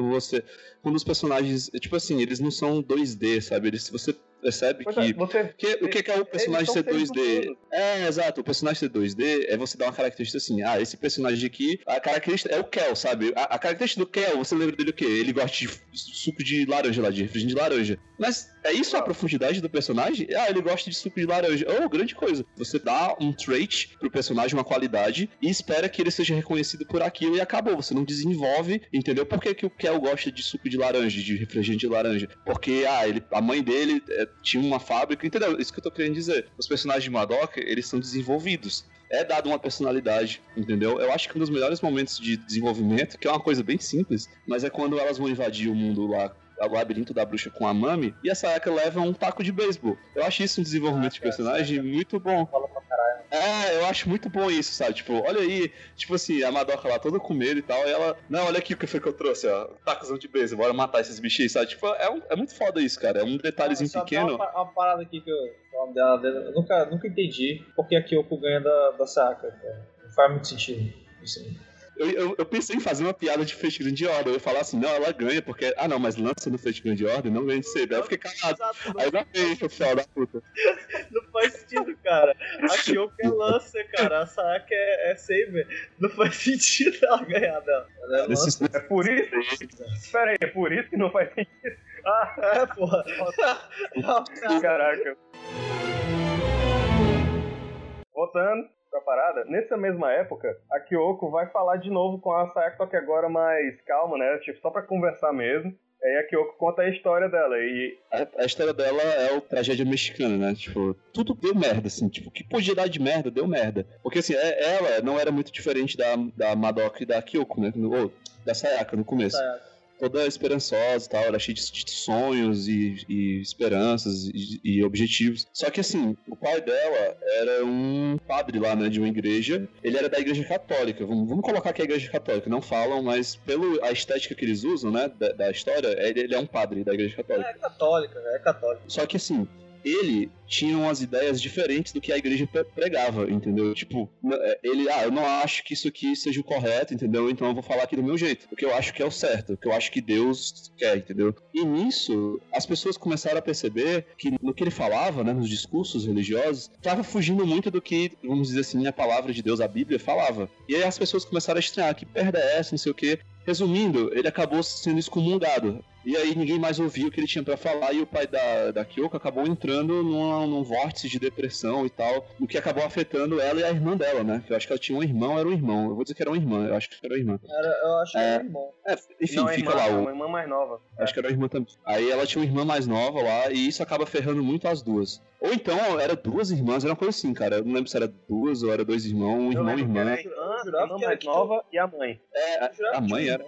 os personagens, tipo assim, eles não são 2D, sabe? Se você percebe o que é o personagem ser 2D? Exato, o personagem ser 2D é você dar uma característica assim, esse personagem aqui, a característica é o Kel, sabe? A característica do Kel, você lembra dele o quê? Ele gosta de suco de laranja lá, de refrigerante de laranja. Mas é isso a profundidade do personagem? Ele gosta de suco de laranja. Grande coisa. Você dá um trait pro personagem, uma qualidade, e espera que ele seja reconhecido por aquilo e acabou. Você não desenvolve, entendeu? Por que o Kel gosta de suco de laranja, de refrigerante de laranja? Porque, a mãe dele tinha uma fábrica, entendeu? Isso que eu tô querendo dizer. Os personagens de Madoka, eles são desenvolvidos. É dado uma personalidade, entendeu? Eu acho que um dos melhores momentos de desenvolvimento, que é uma coisa bem simples, mas é quando elas vão invadir o mundo lá, o labirinto da bruxa com a Mami, e a Sayaka leva um taco de beisebol. Eu acho isso um desenvolvimento de personagem muito bom. Eu acho muito bom isso, sabe? Tipo, olha aí, tipo assim, a Madoka lá toda com medo e tal, e ela, não, olha aqui o que foi que eu trouxe, tacozão de beisebol, bora matar esses bichinhos, sabe? Tipo, é muito foda isso, cara, é um detalhezinho pequeno. Uma parada aqui que eu nunca entendi porque a Kyoko ganha da Sayaka, cara. Não faz muito sentido isso aí. Eu pensei em fazer uma piada de Fate Grand Order. Eu ia falar assim, não, ela ganha, porque... não, mas lança no Fate Grand Order, não ganha de Saber. Aí eu fiquei calado. Aí não ganhei, oficial da puta. Não faz sentido, cara. A Kyoko é lança, cara. A Sayaka é Saber. Não faz sentido ela ganhar dela. É por isso? Espera aí, é por isso que não faz sentido? Porra. Caraca. Voltando pra parada, nessa mesma época, a Kyoko vai falar de novo com a Sayaka, só que agora mais calma, né? Tipo, só pra conversar mesmo. Aí a Kyoko conta a história dela e... A história dela é o tragédia mexicana, né? Tipo, tudo deu merda, assim. Tipo, o que podia dar de merda, deu merda. Porque, assim, ela não era muito diferente da Madoka e da Kyoko, né? Ou da Sayaka no começo. Toda esperançosa e tal, era cheia de sonhos e esperanças e objetivos. Só que assim, o pai dela era um padre lá, né, de uma igreja. Ele era da igreja católica. Vamos colocar que é a igreja católica. Não falam, mas pela estética que eles usam, né, da história, ele é um padre da igreja católica. É católica. Só que assim, ele tinha umas ideias diferentes do que a igreja pregava, entendeu? Tipo, ele, eu não acho que isso aqui seja o correto, entendeu? Então eu vou falar aqui do meu jeito, o que eu acho que é o certo, o que eu acho que Deus quer, entendeu? E nisso, as pessoas começaram a perceber que no que ele falava, né, nos discursos religiosos, estava fugindo muito do que, vamos dizer assim, a palavra de Deus, a Bíblia, falava. E aí as pessoas começaram a estranhar, que perda é essa, não sei o quê. Resumindo, ele acabou sendo excomungado. E aí ninguém mais ouvia o que ele tinha pra falar, e o pai da Kyoko acabou entrando num vórtice de depressão e tal, o que acabou afetando ela e a irmã dela, né? Eu acho que ela tinha um irmão, era um irmão. Eu vou dizer que era uma irmã, eu acho que era uma irmã. Eu acho que era um irmão. Enfim, não, fica irmã, lá. Uma irmã mais nova. Acho que era uma irmã também. Aí ela tinha uma irmã mais nova lá, e isso acaba ferrando muito as duas. Ou então, era duas irmãs, era uma coisa assim, cara. Eu não lembro se era duas ou era dois irmãos, um irmão e irmã. A irmã mais nova e a mãe. A mãe era.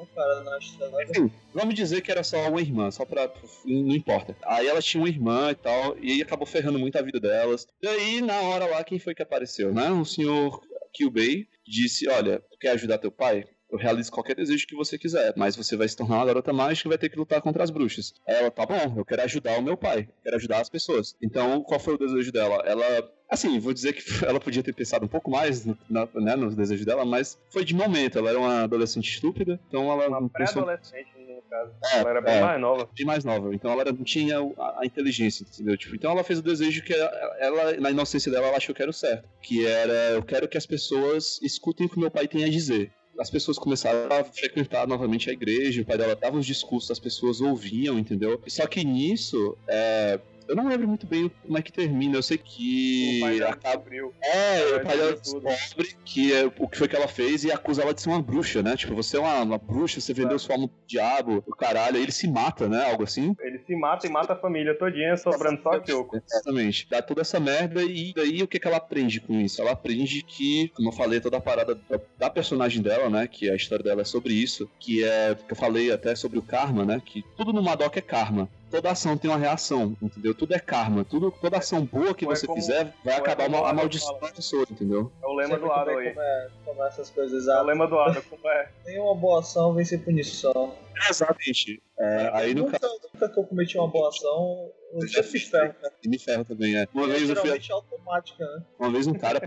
Enfim, vamos dizer que era só uma irmã, só pra... Não importa. Aí elas tinham uma irmã e tal, e aí acabou ferrando muito a vida delas. E aí, na hora lá, quem foi que apareceu, né? O senhor Kyubei disse, olha, tu quer ajudar teu pai? Eu realizo qualquer desejo que você quiser, mas você vai se tornar uma garota mágica e vai ter que lutar contra as bruxas. Aí ela, tá bom, eu quero ajudar o meu pai, quero ajudar as pessoas. Então, qual foi o desejo dela? Ela Assim, vou dizer que ela podia ter pensado um pouco mais nos desejos dela, mas foi de momento. Ela era uma adolescente estúpida, então ela... Uma pré-adolescente, no caso. Ela era bem mais nova. Bem mais nova. Então ela não tinha a inteligência, entendeu? Tipo, então ela fez o desejo que ela, na inocência dela, ela achou que era o certo. Que era, eu quero que as pessoas escutem o que meu pai tem a dizer. As pessoas começaram a frequentar novamente a igreja, o pai dela dava os discursos, as pessoas ouviam, entendeu? Só que nisso, eu não lembro muito bem como é que termina. Eu sei que o pai dela descobriu. O pai dela descobre o que foi que ela fez e acusa ela de ser uma bruxa, né? Tipo, você é uma bruxa, você vendeu sua alma pro diabo, o caralho. Aí ele se mata, né? Algo assim. Ele se mata e mata a família todinha, sobrando só a Kyoko. Exatamente. Dá toda essa merda e daí o que ela aprende com isso? Ela aprende que, como eu falei, toda a parada da personagem dela, né? Que a história dela é sobre isso. Que eu falei até sobre o karma, né? Que tudo no Madoka é karma. Toda ação tem uma reação, entendeu? Tudo é karma. Toda ação boa que você fizer vai acabar amaldiçoando a pessoa, entendeu? É o lema do Adam aí. Como essas coisas. É o lema do Adam, como é? Nenhuma boa ação vem sem punição. Exatamente. Aí nunca que eu cometi uma boa ação, eu já fiz ferro, cara. E me ferro também, Uma vez eu fui... automática, né? Uma vez um cara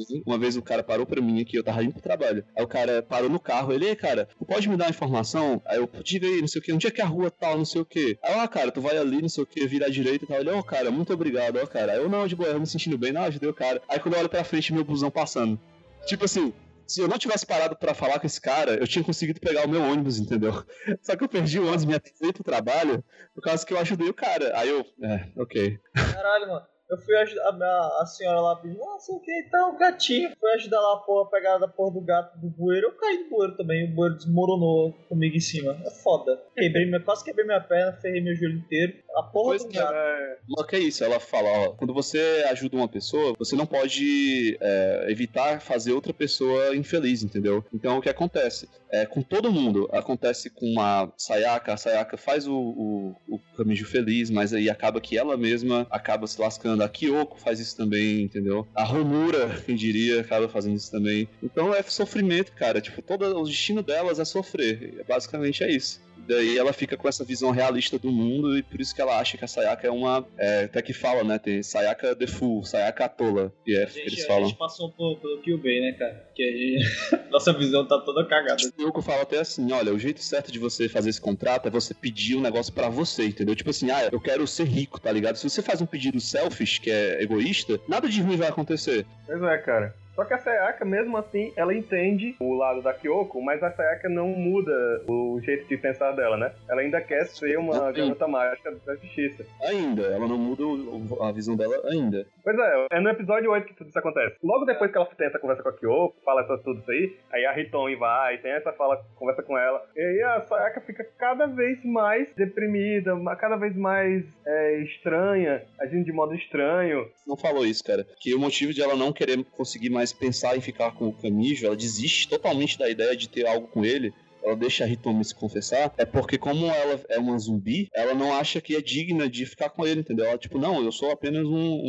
parou pra mim aqui, eu tava indo pro trabalho. Aí o cara parou no carro, ele, cara, tu pode me dar uma informação? Aí eu, diga aí, não sei o que, onde é que é a rua tal, não sei o que. Aí, cara, tu vai ali, não sei o que, vira à direita e tal. Ele, cara, muito obrigado, cara. Aí eu, não, de boa, eu me sentindo bem, não, ajudei o cara. Aí quando eu olho pra frente, meu busão passando. Tipo assim... Se eu não tivesse parado pra falar com esse cara, eu tinha conseguido pegar o meu ônibus, entendeu? Só que eu perdi o ônibus, me atrasei pro trabalho, por causa que eu ajudei o cara. Aí eu, ok. Caralho, mano. Eu fui ajudar a senhora lá, pedindo, não sei o que e tal, gatinho. Fui ajudar lá a pegar da porra do gato do bueiro. Eu caí do bueiro também, o bueiro desmoronou comigo em cima. É foda. Quase quebrei minha perna, ferrei meu joelho inteiro. A porra do gato. Mas que é isso? Ela fala, ó, quando você ajuda uma pessoa, você não pode evitar fazer outra pessoa infeliz, entendeu? Então o que acontece? Com todo mundo. Acontece com a Sayaka faz o Kamijo feliz, mas aí acaba que ela mesma acaba se lascando. A Kyoko faz isso também, entendeu? A Homura, quem diria, acaba fazendo isso também. Então é sofrimento, cara. Tipo, todo o destino delas é sofrer. Basicamente é isso. Daí ela fica com essa visão realista do mundo e por isso que ela acha que a Sayaka é uma... até que fala, né? Tem Sayaka the Fool, Sayaka tola. Que é que eles falam. A gente passou pelo Kyubei, né, cara? Que nossa visão tá toda cagada. O Kyoko fala até assim, olha, o jeito certo de você fazer esse contrato é você pedir um negócio pra você, entendeu? Tipo assim, eu quero ser rico, tá ligado? Se você faz um pedido selfish, que é egoísta, nada de ruim vai acontecer. Pois é, cara. Só que a Sayaka, mesmo assim, ela entende o lado da Kyoko, mas a Sayaka não muda o jeito de pensar dela, né? Ela ainda quer ser uma garota mágica da justiça. Ainda, ela não muda a visão dela ainda. Pois é no episódio 8 que tudo isso acontece. Logo depois que ela tem essa conversa com a Kyoko, fala tudo isso aí a Hitomi vai, tem essa conversa com ela, e aí a Sayaka fica cada vez mais deprimida, cada vez mais estranha, agindo de modo estranho. Não falou isso, cara. Que o motivo de ela não querer conseguir mais pensar em ficar com o Kamijo, ela desiste totalmente da ideia de ter algo com ele, ela deixa a Hitomi se confessar, é porque como ela é uma zumbi, ela não acha que é digna de ficar com ele, entendeu? Ela, tipo, não, eu sou apenas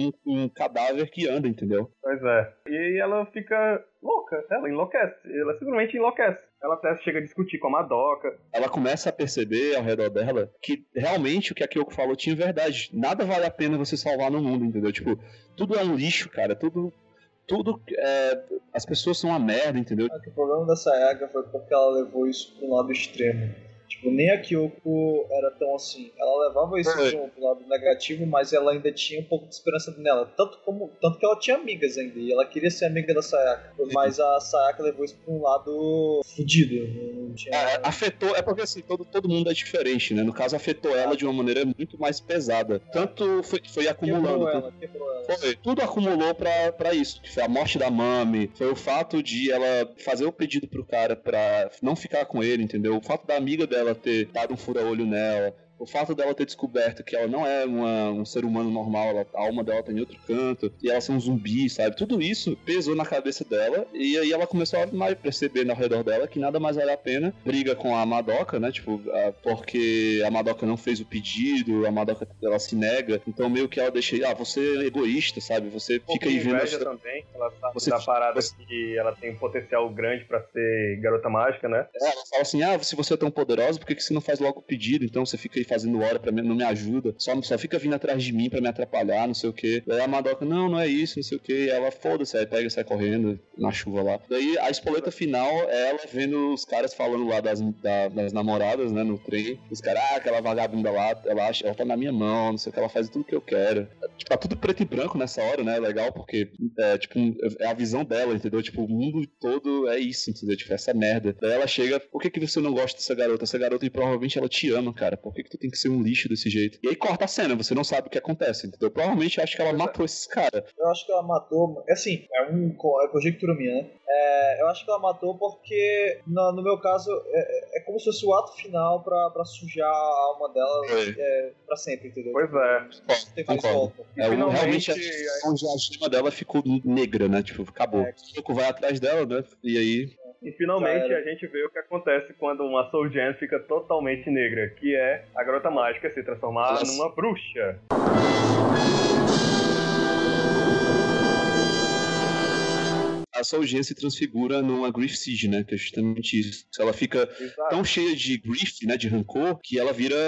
um cadáver que anda, entendeu? Pois é. E aí ela fica louca, ela enlouquece, ela simplesmente enlouquece. Ela até chega a discutir com a Madoka. Ela começa a perceber ao redor dela que realmente o que a Kyoko falou tinha verdade. Nada vale a pena você salvar no mundo, entendeu? Tipo, tudo é um lixo, cara, tudo as pessoas são uma merda, entendeu? O problema da Sayaka foi porque ela levou isso pro lado extremo. Tipo, nem a Kyoko era tão assim. Ela levava isso pro lado negativo, mas ela ainda tinha um pouco de esperança nela. Tanto que ela tinha amigas ainda, e ela queria ser amiga da Sayaka. Mas a Sayaka levou isso pra um lado fudido. Não tinha... Afetou, é porque assim, todo mundo é diferente, né? No caso, afetou ela de uma maneira muito mais pesada. Tanto foi acumulando. Quebrou ela. Foi. Tudo acumulou pra isso. Que foi a morte da Mami, foi o fato de ela fazer o pedido pro cara pra não ficar com ele, entendeu? O fato da amiga dela ter dado um fura-olho nela, o fato dela ter descoberto que ela não é um ser humano normal, a alma dela tá em outro canto, e ela ser um zumbi, sabe? Tudo isso pesou na cabeça dela, e aí ela começou a perceber ao redor dela que nada mais vale a pena. Briga com a Madoka, né? Tipo, porque a Madoka não fez o pedido, a Madoka, ela se nega, então meio que ela deixa aí, você é egoísta, sabe? Você fica aí vendo... também, ela sabe da parada que ela tem um potencial grande pra ser garota mágica, né? Ela fala assim, se você é tão poderosa, por que você não faz logo o pedido? Então você fica aí fazendo hora pra mim, não me ajuda, só fica vindo atrás de mim pra me atrapalhar, não sei o que. Daí a Madoka, não é isso, não sei o que. E ela, foda-se, aí pega e sai correndo na chuva lá. Daí a espoleta final é ela vendo os caras falando lá das namoradas, né, no trem. Os caras, aquela vagabunda lá, ela tá na minha mão, não sei o que, ela faz tudo que eu quero. Tipo, tá tudo preto e branco nessa hora, né? É legal porque é a visão dela, entendeu? Tipo, o mundo todo é isso, entendeu? Tipo, essa merda. Daí ela chega, por que você não gosta dessa garota? Essa garota e provavelmente ela te ama, cara. Por que tu tem que ser um lixo desse jeito? E aí corta a cena, você não sabe o que acontece, entendeu? Provavelmente acho que ela matou esses caras. Eu acho que ela matou, assim, é conjectura minha, né? Eu acho que ela matou porque, no meu caso, é como se fosse o ato final pra sujar a alma dela pra sempre, entendeu? Pois é. Tem mais volta. Realmente a gema dela ficou negra, né? Tipo, acabou. O Kyoko vai atrás dela, né? E aí... E finalmente a gente vê o que acontece quando uma Soul Gem fica totalmente negra, que é a garota mágica se transformar numa bruxa. A Soul Gem se transfigura numa Grief Siege, né? Que é justamente isso. Ela fica tão cheia de grief, né? De rancor, que ela vira...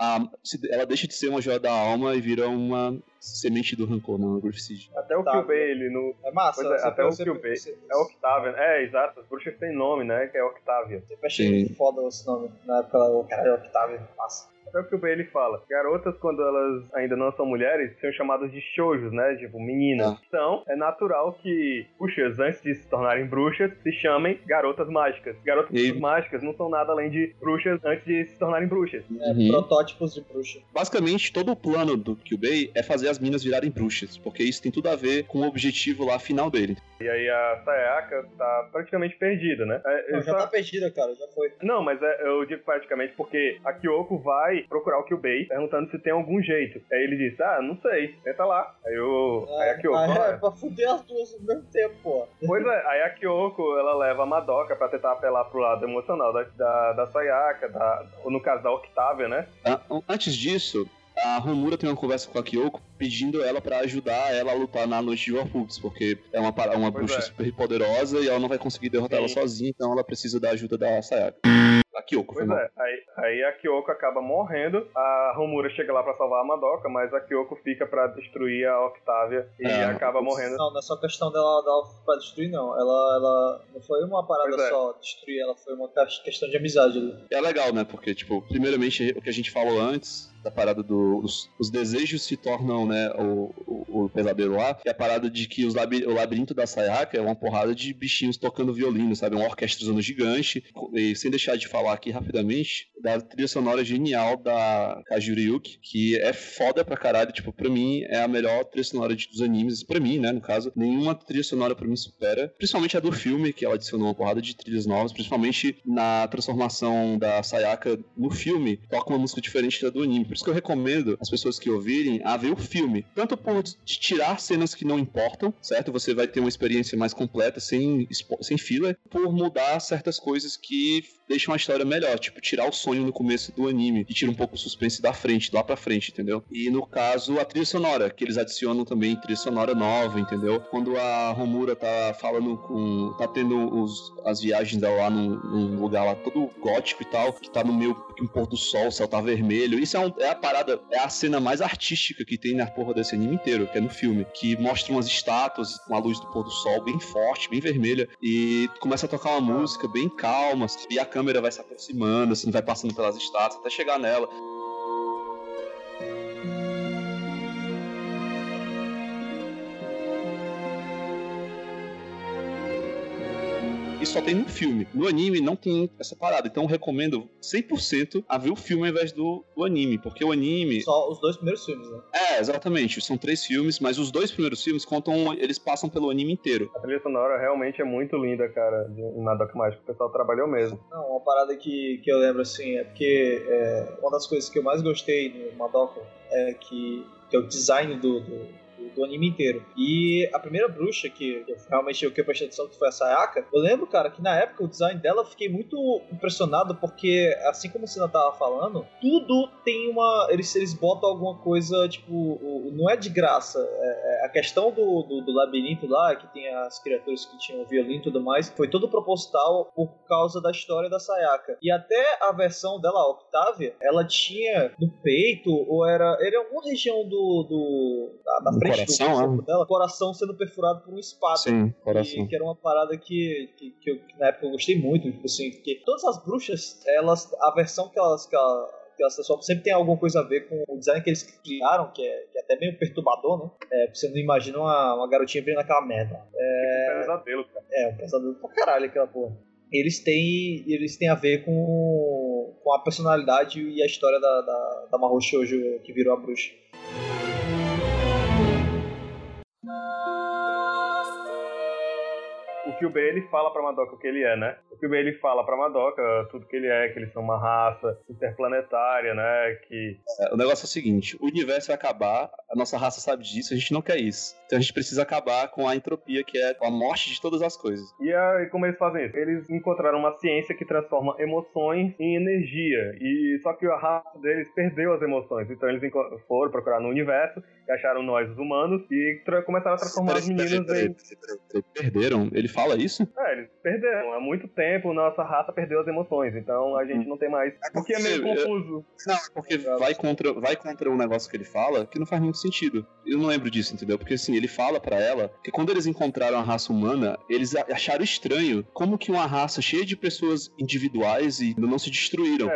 ela deixa de ser uma joia da alma e vira uma semente do rancor, não, Grief Siege. Até o Kyubey, ele no... É massa. Até o Kyubey. É Octavia. Exato. As bruxas têm nome, né? Que é Octavia. Eu achei foda esse nome. Na época, o cara é Octavia. Massa. Até o Kyubey, ele fala, garotas, quando elas ainda não são mulheres, são chamadas de shoujos, né? Tipo, meninas. Então, é natural que bruxas, antes de se tornarem bruxas, se chamem garotas mágicas. Garotas mágicas não são nada além de bruxas antes de se tornarem bruxas. Protótipos de bruxa. Basicamente, todo o plano do Kyubey é fazer as minas virarem bruxas, porque isso tem tudo a ver com o objetivo lá final dele. E aí a Sayaka tá praticamente perdida, né? Já tá perdida, cara, já foi. Não, mas eu digo praticamente porque a Kyoko vai procurar o Kyubey, perguntando se tem algum jeito. Aí ele diz, não sei, tenta lá. Aí a Kyoko... pra fuder as duas ao mesmo tempo, pô. Pois é, aí a Kyoko, ela leva a Madoka pra tentar apelar pro lado emocional da Sayaka, ou no caso da Octavia, né? Antes disso, a Homura tem uma conversa com a Kyoko pedindo ela pra ajudar ela a lutar na Noite de Warpugs, porque é uma bruxa super poderosa e ela não vai conseguir derrotar ela sozinha, então ela precisa da ajuda da Sayaka. A Kyoko, pois é, aí a Kyoko acaba morrendo, a Homura chega lá pra salvar a Madoka, mas a Kyoko fica pra destruir a Octavia e acaba morrendo. Não é só questão dela pra destruir, não. Ela não foi uma parada só destruir, ela foi uma questão de amizade ali. É legal, né? Porque, tipo, primeiramente, o que a gente falou antes, da parada os desejos se tornam, né, o pesadelo lá, é a parada de que o labirinto da Sayaka é uma porrada de bichinhos tocando violino, sabe? Uma orquestra gigante. E sem deixar de falar aqui rapidamente da trilha sonora genial da Kajuri Yuki, que é foda pra caralho. Tipo, pra mim é a melhor trilha sonora dos animes. Pra mim, né, no caso, nenhuma trilha sonora pra mim supera. Principalmente a do filme, que ela adicionou uma porrada de trilhas novas, principalmente na transformação da Sayaka no filme, toca uma música diferente da do anime. Por isso que eu recomendo as pessoas que ouvirem a ver o filme. Tanto por de tirar cenas que não importam, certo? Você vai ter uma experiência mais completa, sem filler, por mudar certas coisas que deixam a história melhor, tipo, tirar o sonho no começo do anime e tira um pouco o suspense da frente, lá pra frente, entendeu? E no caso, a trilha sonora, que eles adicionam também trilha sonora nova, entendeu? Quando a Homura tá falando tá tendo as viagens dela lá num lugar lá todo gótico e tal, que tá no meio de um pôr do sol, o céu tá vermelho, isso é a parada, é a cena mais artística que tem na porra desse anime inteiro, que é no filme, que mostra umas estátuas com a luz do pôr do sol bem forte, bem vermelha, e começa a tocar uma música bem calma, e a câmera vai se aproximando, assim, vai passando pelas estátuas até chegar nela. E só tem no filme. No anime não tem essa parada. Então eu recomendo 100% a ver o filme ao invés do anime. Porque o anime... Só os dois primeiros filmes, né? Exatamente. São 3 filmes, mas os 2 primeiros filmes eles passam pelo anime inteiro. A trilha sonora realmente é muito linda, cara, em Madoka Mágica. O pessoal trabalhou mesmo. Não, uma parada que eu lembro, assim, é porque uma das coisas que eu mais gostei no Madoka é que é o design do do anime inteiro. E a primeira bruxa que realmente eu prestei atenção que foi a Sayaka, eu lembro, cara, que na época o design dela eu fiquei muito impressionado porque, assim como o Sina tava falando, tudo tem uma... Eles botam alguma coisa, tipo, não é de graça. A questão do labirinto lá, que tem as criaturas que tinham violino e tudo mais, foi todo proposital por causa da história da Sayaka. E até a versão dela, a Octavia, ela tinha no peito, ou era em alguma região da frente coração, do corpo dela, coração sendo perfurado por um espada. Sim, coração. Que era uma parada que na época eu gostei muito, tipo assim, porque todas as bruxas, a versão que elas sempre tem alguma coisa a ver com o design que eles criaram, que é até meio perturbador, né? Você não imagina uma garotinha vendo aquela merda. Um pesadelo, cara. Um pesadelo pra caralho aquela porra. Eles têm a ver com a personalidade e a história da Mahou Shoujo que virou a bruxa. O Kyubey, ele fala pra Madoka o que ele é, né? O Kyubey, ele fala pra Madoka tudo que ele é, que eles são uma raça interplanetária, né? Que... O negócio é o seguinte, o universo vai acabar, a nossa raça sabe disso, a gente não quer isso. Então a gente precisa acabar com a entropia, que é a morte de todas as coisas. E aí, como eles fazem isso? Eles encontraram uma ciência que transforma emoções em energia. E só que a raça deles perdeu as emoções. Então eles foram procurar no universo, e acharam nós, os humanos, e começaram a transformar as meninas em... Perderam? Ele fala isso? Eles perderam. Há muito tempo nossa raça perdeu as emoções. Então a gente não tem mais... Porque é meio confuso. Não, porque vai contra um negócio que ele fala que não faz muito sentido. Eu não lembro disso, entendeu? Porque assim, ele fala pra ela que quando eles encontraram a raça humana, eles acharam estranho como que uma raça cheia de pessoas individuais e não se destruíram.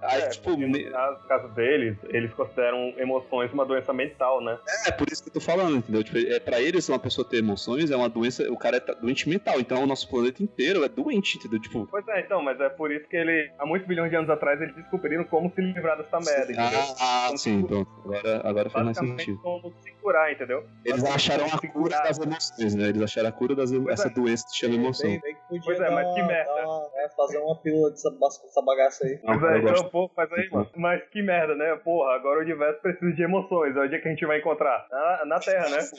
No caso deles, eles consideram emoções uma doença mental, né? É por isso que eu tô falando, entendeu? Tipo, pra eles, uma pessoa ter emoções é uma doença, o cara é doente mental, então o nosso planeta inteiro é doente, entendeu? Tipo... Pois é, então, mas é por isso que há muitos bilhões de anos atrás, eles descobriram como se livrar dessa merda, entendeu? Sim, pronto. Agora faz mais sentido. Como se curar, entendeu? Eles acharam a cura das emoções, né? Eles acharam a cura dessa doença que chama emoção. Pois é, mas que merda. Fazer uma pílula dessa bagaça aí. Pois é, então, pô, faz aí, mano. Mas que merda, né? Porra, agora o universo precisa de emoções. É onde é que a gente vai encontrar? Na Terra, né?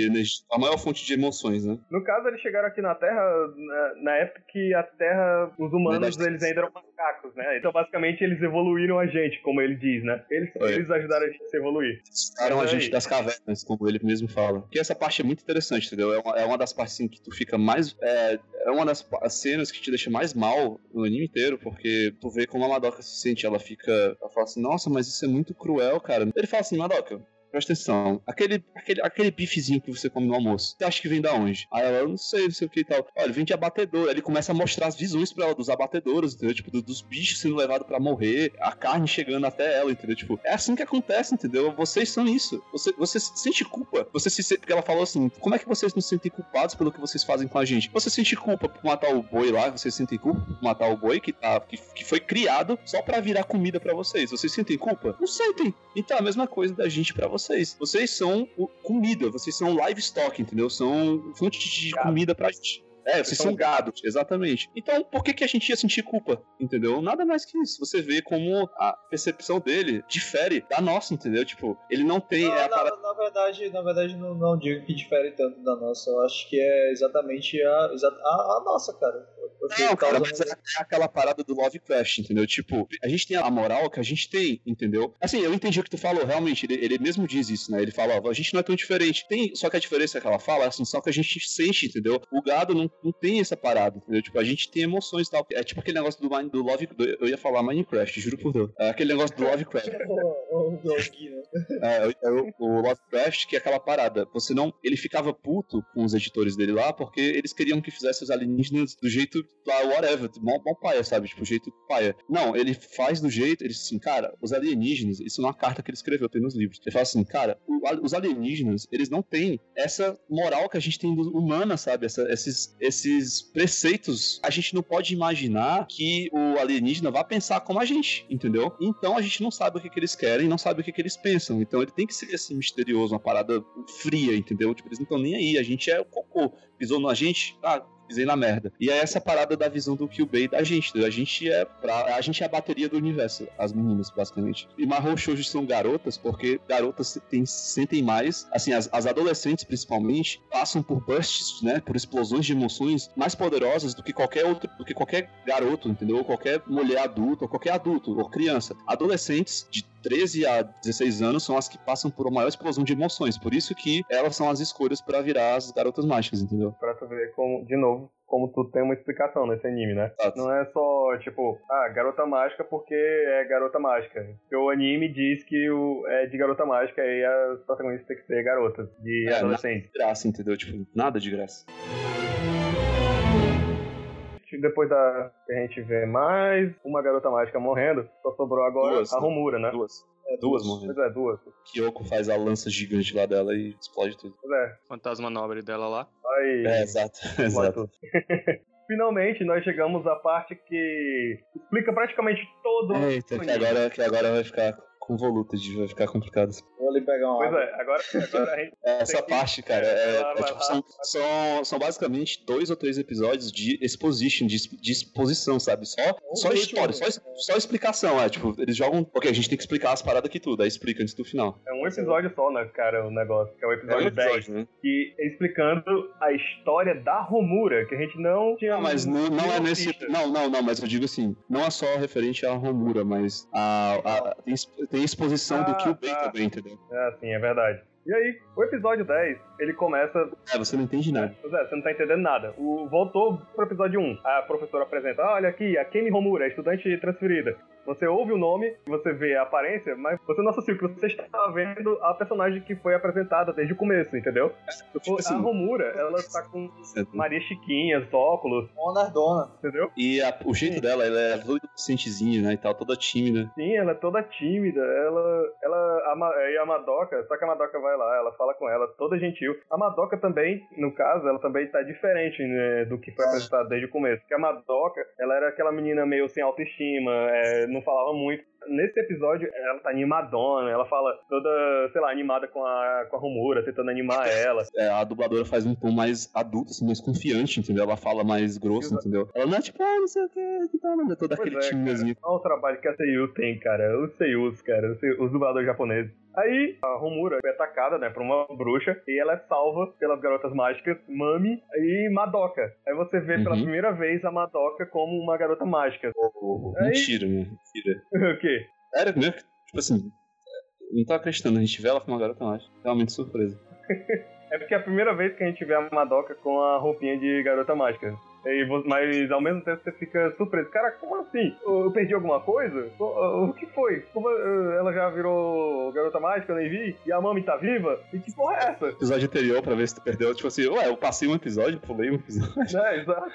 A maior fonte de emoções, né? No caso, eles chegaram aqui na Terra, na época que a Terra, os humanos, eles ainda eram macacos, né? Então, basicamente, eles evoluíram a gente, como ele diz, né? Eles ajudaram a gente a se evoluir. Eles tiraram a gente das cavernas, como ele mesmo fala. Porque essa parte é muito interessante, entendeu? É uma das partes assim, que tu fica mais... É uma das cenas que te deixa mais mal no anime inteiro, porque tu vê como a Madoka se sente. Ela fala assim, nossa, mas isso é muito cruel, cara. Ele fala assim, Madoka, presta atenção, aquele bifezinho que você come no almoço, você acha que vem da onde? Aí ela, eu não sei o que e tal. Olha, vem de abatedor. Aí ele começa a mostrar as visões pra ela dos abatedouros, entendeu? Tipo, dos bichos sendo levados pra morrer, a carne chegando até ela, entendeu? Tipo, é assim que acontece, entendeu? Vocês são isso. Você sente culpa. Porque ela falou assim, como é que vocês não se sentem culpados pelo que vocês fazem com a gente? Você sente culpa por matar o boi lá, vocês sentem culpa por matar o boi que foi criado só pra virar comida pra vocês. Vocês sentem culpa? Não sentem. Então, a mesma coisa da gente pra vocês. Vocês são comida, vocês são livestock, entendeu? São fonte de comida pra gente. Vocês são gado, exatamente. Então, por que a gente ia sentir culpa, entendeu? Nada mais que isso. Você vê como a percepção dele difere da nossa, entendeu? Tipo, ele não tem... Na verdade, não digo que difere tanto da nossa. Eu acho que é exatamente a nossa, cara. Não, cara, mas é aquela parada do Lovecraft, entendeu? Tipo, a gente tem a moral que a gente tem, entendeu? Assim, eu entendi o que tu falou, realmente, ele mesmo diz isso, né? Ele fala, ó, a gente não é tão diferente. Só que a diferença que ela fala é assim, só que a gente sente, entendeu? O gado não tem essa parada, entendeu? Tipo, a gente tem emoções e tal. É tipo aquele negócio do Lovecraft, eu ia falar Minecraft, juro por Deus. É aquele negócio do Lovecraft. O Lovecraft, que é aquela parada. Ele ficava puto com os editores dele lá, porque eles queriam que fizesse os alienígenas do jeito lá, whatever, mó paia, sabe? Tipo, jeito paia. Não, ele faz do jeito, ele diz assim, cara, os alienígenas, isso é uma carta que ele escreveu, tem nos livros. Ele fala assim, cara, os alienígenas, eles não têm essa moral que a gente tem humana, sabe? Esses preceitos, a gente não pode imaginar que o alienígena vá pensar como a gente, entendeu? Então a gente não sabe o que eles querem, não sabe o que eles pensam. Então ele tem que ser assim misterioso, uma parada fria, entendeu? Tipo, eles não estão nem aí, a gente é o cocô. Pisou na gente, pisei na merda. E é essa parada da visão do Kyubey da gente, entendeu? A gente é a bateria do universo, as meninas, basicamente. E Mahou Shoujo são garotas, porque garotas sentem mais, assim, as adolescentes, principalmente, passam por bursts, né, por explosões de emoções mais poderosas do que qualquer garoto, entendeu? Ou qualquer mulher adulta, ou qualquer adulto, ou criança. Adolescentes de 13 a 16 anos são as que passam por uma maior explosão de emoções, por isso que elas são as escolhas pra virar as garotas mágicas, entendeu? Pra tu ver como, de novo, como tu tem uma explicação nesse anime, né? Exato. Não é só, tipo, garota mágica porque é garota mágica. Porque o anime diz que é de garota mágica e as protagonistas têm que ser garotas, de adolescentes. Nada de graça, entendeu? Tipo, nada de graça. Depois que a gente vê mais uma garota mágica morrendo, só sobrou agora a Homura, né? Duas morrendo. Pois é, duas. Kyoko faz a lança gigante lá dela e explode tudo. Pois é. Fantasma nobre dela lá. Aí, Exato. Finalmente, nós chegamos à parte que explica praticamente todo o Eita, que agora vai ficar convoluto, vai ficar complicado. Vou ali pegar uma água. Pois é, agora a gente essa parte, cara, tipo, são basicamente 2 ou 3 episódios de exposition, de exposição, sabe? Só história, só explicação, tipo, eles jogam, ok, a gente tem que explicar as paradas aqui tudo, aí explica antes do final. É um episódio só, né, cara, o negócio, que é o episódio 10, né? que é explicando a história da Homura, que a gente não tinha... Não, mas não é nesse... Não, mas eu digo assim, não é só referente à Homura, mas tem exposição do Kyubey também, entendeu? Sim, é verdade. E aí, o episódio 10, ele começa... você não entende nada. Pois é, você não tá entendendo nada. Voltou pro episódio 1. A professora apresenta, olha aqui, a Kemi Homura, estudante transferida. Você ouve o nome, você vê a aparência, mas você não associa, porque você está vendo a personagem que foi apresentada desde o começo, entendeu? Assim, a Homura, ela tá com Maria Chiquinha, óculos. Uma nerdona. Entendeu? E o jeito dela, ela é adolescentezinha, né, e tal, toda tímida. Sim, ela é toda tímida. E a Madoka, só que a Madoka vai lá, ela fala com ela, toda gentil. A Madoka também, no caso, ela também tá diferente, né, do que foi apresentado desde o começo. Porque a Madoka, ela era aquela menina meio sem autoestima, não falava muito. Nesse episódio, ela tá animadona, ela fala toda, sei lá, animada com a Homura, tentando animar ela. A dubladora faz um tom mais adulto, assim, mais confiante, entendeu? Ela fala mais grosso, entendeu? Ela não é tipo, não sei o que tal, não é todo aquele tímidozinho. Olha o trabalho que a Seiyu tem, cara. Os Seiyus, cara, os dubladores japoneses. Aí, a Homura é atacada, né, por uma bruxa, e ela é salva pelas garotas mágicas Mami e Madoka. Aí você vê pela primeira vez a Madoka como uma garota mágica. Mentira, né? Mentira. O quê? Sério mesmo? Tipo assim, não tô acreditando, a gente vê ela como uma garota mágica. Realmente surpresa. É porque é a primeira vez que a gente vê a Madoka com a roupinha de garota mágica. Mas ao mesmo tempo você fica surpreso. Cara, como assim? Eu perdi alguma coisa? O que foi? Ela já virou garota mágica, eu nem vi? E a Mami tá viva? E que porra é essa? Episódio anterior, pra ver se tu perdeu, tipo assim, eu passei um episódio, pulei um episódio. Exato.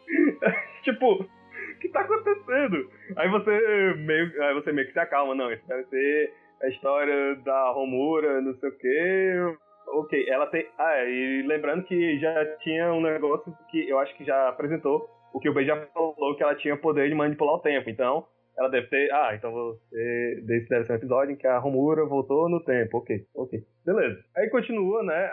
Tipo, o que tá acontecendo? Aí você meio que se acalma, não, isso deve ser a história da Homura, não sei o quê. Ok, ela tem... e lembrando que já tinha um negócio que eu acho que já apresentou, o que o Ben já falou, que ela tinha poder de manipular o tempo, então ela deve ter... então desse deve ser um episódio em que a Homura voltou no tempo, ok. Beleza. Aí continua, né,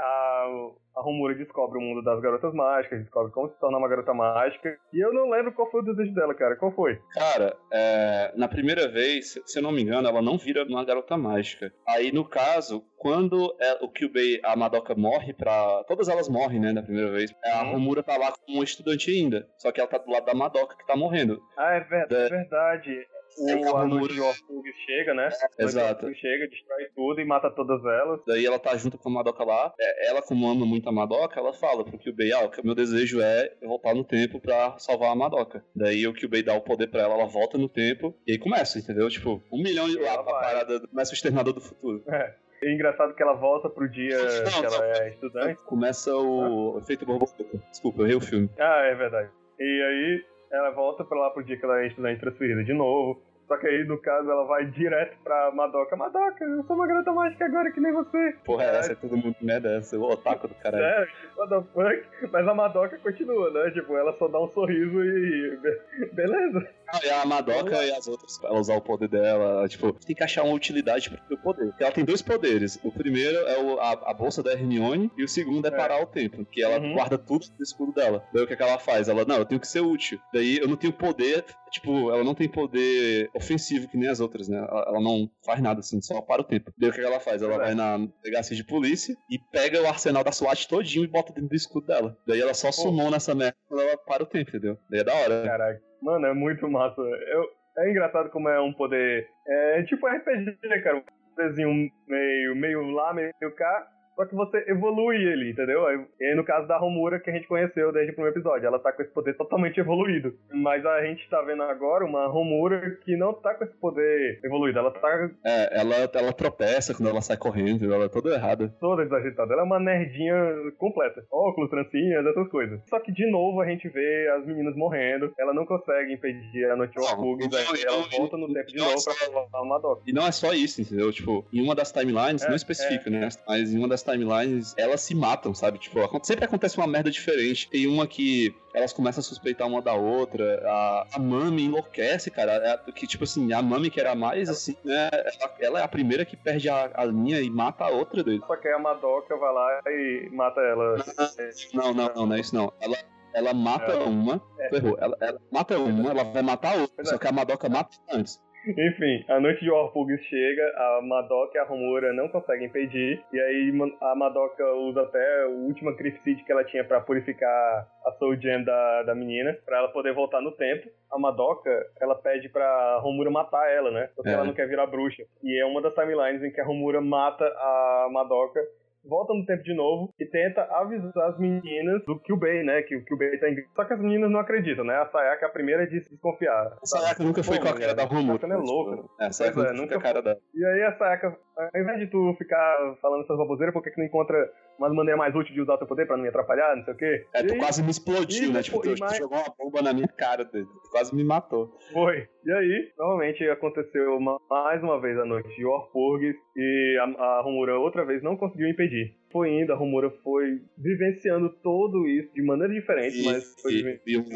a Homura descobre o mundo das garotas mágicas, descobre como se tornar uma garota mágica, e eu não lembro qual foi o desejo dela, cara. Qual foi? Cara, na primeira vez, se eu não me engano, ela não vira uma garota mágica. Aí, no caso, quando o Kyubey, a Madoka morre todas elas morrem, né, na primeira vez. A Homura tá lá como uma estudante ainda, só que ela tá do lado da Madoka, que tá morrendo. É verdade. A noite de Orfug chega, né? Exato. Chega, destrói tudo e mata todas elas. Daí ela tá junto com a Madoka lá. Ela, como ama muito a Madoka, ela fala pro Kyubey, o meu desejo é voltar no tempo pra salvar a Madoka. Daí o Kyubey dá o poder pra ela volta no tempo, e aí começa, entendeu? Tipo, 1 milhão de lá pra parada, começa o Exterminador do Futuro. É engraçado que ela volta pro dia que ela é estudante. Começa o efeito borboleta. Desculpa, eu errei o filme. É verdade. E aí ela volta pra lá pro dia que ela é estudante transferida de novo. Só que aí, no caso, ela vai direto pra Madoka. Madoka, eu sou uma garota mágica agora que nem você. Porra, essa é todo mundo merda, essa é o otaku do caralho. What the fuck? Mas a Madoka continua, né? Tipo, ela só dá um sorriso e... Beleza. E a Madoka e as outras, pra ela usar o poder dela, tipo, tem que achar uma utilidade pro seu poder. Porque ela tem dois poderes. O primeiro é a bolsa da Hermione e o segundo é parar o tempo, que ela guarda tudo no escudo dela. Daí o que ela faz? Ela, não, eu tenho que ser útil. Daí eu não tenho poder, tipo, ela não tem poder ofensivo que nem as outras, né? Ela não faz nada assim, só para o tempo. Daí o que ela faz? Ela vai na delegacia de polícia e pega o arsenal da SWAT todinho e bota dentro do escudo dela. Daí ela só sumou nessa merda quando ela para o tempo, entendeu? Daí é da hora. Caraca, mano, é muito massa. É engraçado como é um poder. É tipo RPG, cara. Um poderzinho meio lá, meio cá. Só que você evolui ele, entendeu? E aí, no caso da Homura, que a gente conheceu desde o primeiro episódio, ela tá com esse poder totalmente evoluído. Mas a gente tá vendo agora uma Homura que não tá com esse poder evoluído. Ela tá... ela tropeça quando ela sai correndo, ela é toda errada. Toda desagitada. Ela é uma nerdinha completa. Óculos, trancinhas, essas coisas. Só que, de novo, a gente vê as meninas morrendo. Ela não consegue impedir a Noite Warpugs. Ela volta no tempo de novo pra salvar a Madoka. E não é só isso, entendeu? Tipo, em uma das timelines, não especifica, né? Mas em uma das timelines, elas se matam, sabe? Tipo, sempre acontece uma merda diferente. Tem uma que elas começam a suspeitar uma da outra. A Mami enlouquece, cara. Que, tipo assim, a Mami, que era mais assim, né? Ela é a primeira que perde a linha e mata a outra dele. Só que a Madoka vai lá e mata ela. Não é isso não. Ela mata uma, ferrou. Ela mata uma, ela vai matar a outra. Só que a Madoka mata antes. Enfim, a Noite de Warpugs chega, a Madoka e a Homura não conseguem impedir, e aí a Madoka usa até o último Cryptid que ela tinha pra purificar a Soul Gem da menina, pra ela poder voltar no tempo. A Madoka, ela pede pra Homura matar ela, né? Porque ela não quer virar bruxa. E é uma das timelines em que a Homura mata a Madoka, volta no tempo de novo e tenta avisar as meninas do Kyubey, né? Que o Kyubey tá em... Só que as meninas não acreditam, né? A Sayaka é a primeira de se desconfiar. A Sayaka nunca foi com a cara da Homura. Ela é louca. A Sayaka nunca foi com a cara dela. E aí a Sayaka, ao invés de tu ficar falando essas baboseiras, por que não encontra uma maneira mais útil de usar o teu poder pra não me atrapalhar, não sei o quê? Tu quase me explodiu, né? Tipo, tu jogou uma bomba na minha cara, tu quase me matou. Foi. E aí, novamente, aconteceu mais uma vez a noite de Warpugs e a Homura outra vez não conseguiu impedir. Foi indo, a Homura foi vivenciando tudo isso de maneira diferente, mas foi...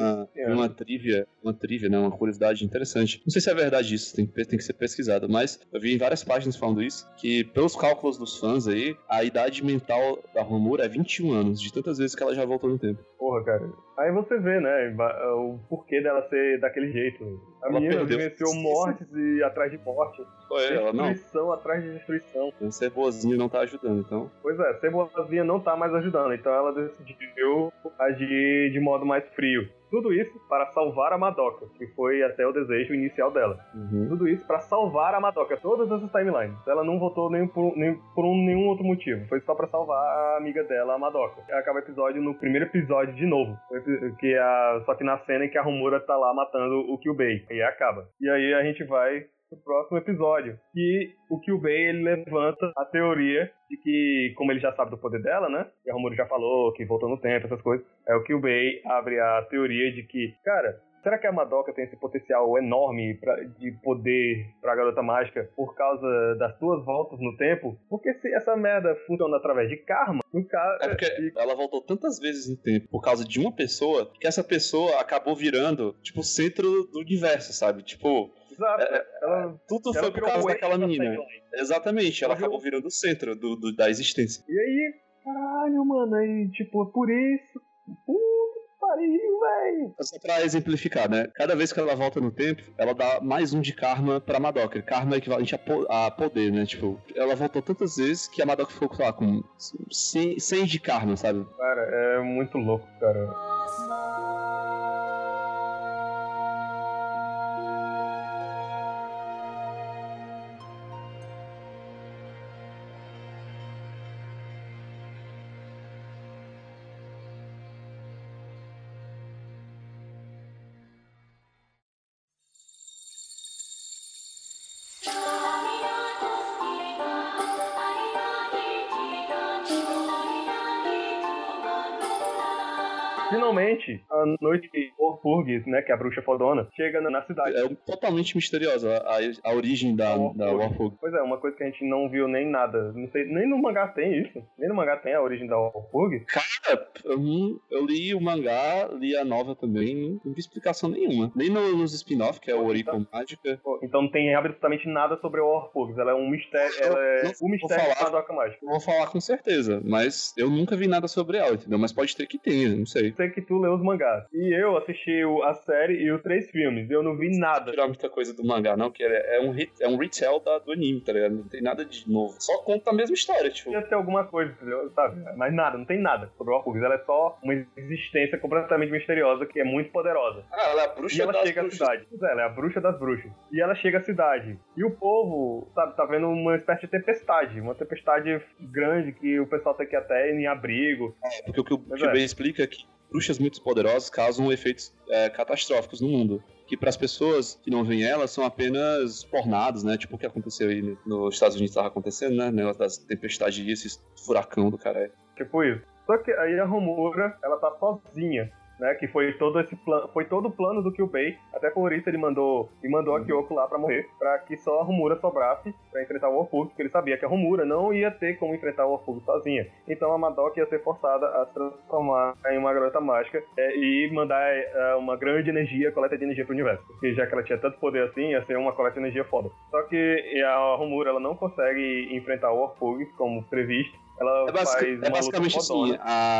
uma trivia, né? Uma curiosidade interessante. Não sei se é verdade isso, tem que ser pesquisado, mas eu vi em várias páginas falando isso, que pelos cálculos dos fãs aí, a idade mental da Homura é 21 anos, de tantas vezes que ela já voltou no tempo. Porra, cara. Aí você vê, né, o porquê dela ser daquele jeito. A menina vivenciou mortes e atrás de morte. Destruição atrás de destruição. Ser boazinha não tá ajudando, então. Pois é, ser boazinha não tá mais ajudando. Então ela decidiu agir de modo mais frio. Tudo isso para salvar a Madoka, que foi até o desejo inicial dela. Tudo isso para salvar a Madoka, todas essas timelines. Ela não votou por nenhum outro motivo. Foi só para salvar a amiga dela, a Madoka. Acaba o episódio no primeiro episódio de novo. Só que na cena em que a Homura tá lá matando o Kyubey. E acaba. E aí a gente vai pro próximo episódio. E o Kyubey, ele levanta a teoria de que, como ele já sabe do poder dela, né? E a Homura já falou que voltou no tempo, essas coisas. O Kyubey abre a teoria de que, cara, será que a Madoka tem esse potencial enorme de poder pra garota mágica por causa das suas voltas no tempo? Porque se essa merda funciona através de karma, porque ela voltou tantas vezes no tempo por causa de uma pessoa, que essa pessoa acabou virando, tipo, o centro do universo, sabe? Tipo... Exato. Tudo foi por causa daquela menina. Exatamente, ela acabou virando o centro da existência. E aí, caralho, mano, aí, tipo, por isso... pariu, velho. Só pra exemplificar, né? Cada vez que ela volta no tempo, ela dá mais um de karma pra Madoka. Karma é equivalente a poder, né? Tipo, ela voltou tantas vezes que a Madoka ficou, sei lá, com 100 de karma, sabe? Cara, é muito louco, cara. Finalmente, a noite de Walpurgis, né, que é a bruxa fodona, chega na cidade. É totalmente misteriosa a origem da Walpurgis. Pois é, uma coisa que a gente não viu nem nada. Não sei, nem no mangá tem isso. Nem no mangá tem a origem da Walpurgis. Cara, eu li o mangá, li a nova também, não vi explicação nenhuma. Nem nos spin-off, que é o Oricon Mágica. Então não tem absolutamente nada sobre a Walpurgis. Ela é um mistério. Ela é o mistério da Madoka Mágica. Vou falar com certeza, mas eu nunca vi nada sobre ela, entendeu? Mas pode ter que tenha, não sei. Sei que tu leu os mangás. E eu assisti a série e os 3 filmes. Eu não vi nada. Não tirar muita coisa do mangá, não, que é um retell do anime, tá ligado? Não tem nada de novo. Só conta a mesma história, tipo. Podia ter alguma coisa, entendeu? Sabe? Mas nada, não tem nada sobre a Walpurgis. Ela é só uma existência completamente misteriosa que é muito poderosa. Ah, ela é a bruxa das bruxas. E ela chega à cidade. Pois é, ela é a bruxa das bruxas. E ela chega à cidade. E o povo, sabe, tá vendo uma espécie de tempestade. Uma tempestade grande que o pessoal tem que ir até em abrigo. Porque o que o Ben explica é que bruxas muito poderosas causam efeitos catastróficos no mundo. Que para as pessoas que não veem elas são apenas tornados, né? Tipo o que aconteceu aí nos Estados Unidos estava acontecendo, né? Negócio das tempestades e esse furacão do caralho. Tipo isso. Só que aí a Homura, ela tá sozinha, né? Que foi todo esse plano, foi todo o plano do Kyubey. Até por isso ele mandou a Kyoko lá pra morrer, pra que só a Homura sobrasse pra enfrentar o Walpurgis, porque ele sabia que a Homura não ia ter como enfrentar o Walpurgis sozinha. Então a Madoka ia ser forçada a se transformar em uma garota mágica e mandar uma grande energia, coleta de energia pro universo. Porque já que ela tinha tanto poder assim, ia ser uma coleta de energia foda. Só que a Homura, ela não consegue enfrentar o Walpurgis como previsto. Ela é basicamente assim,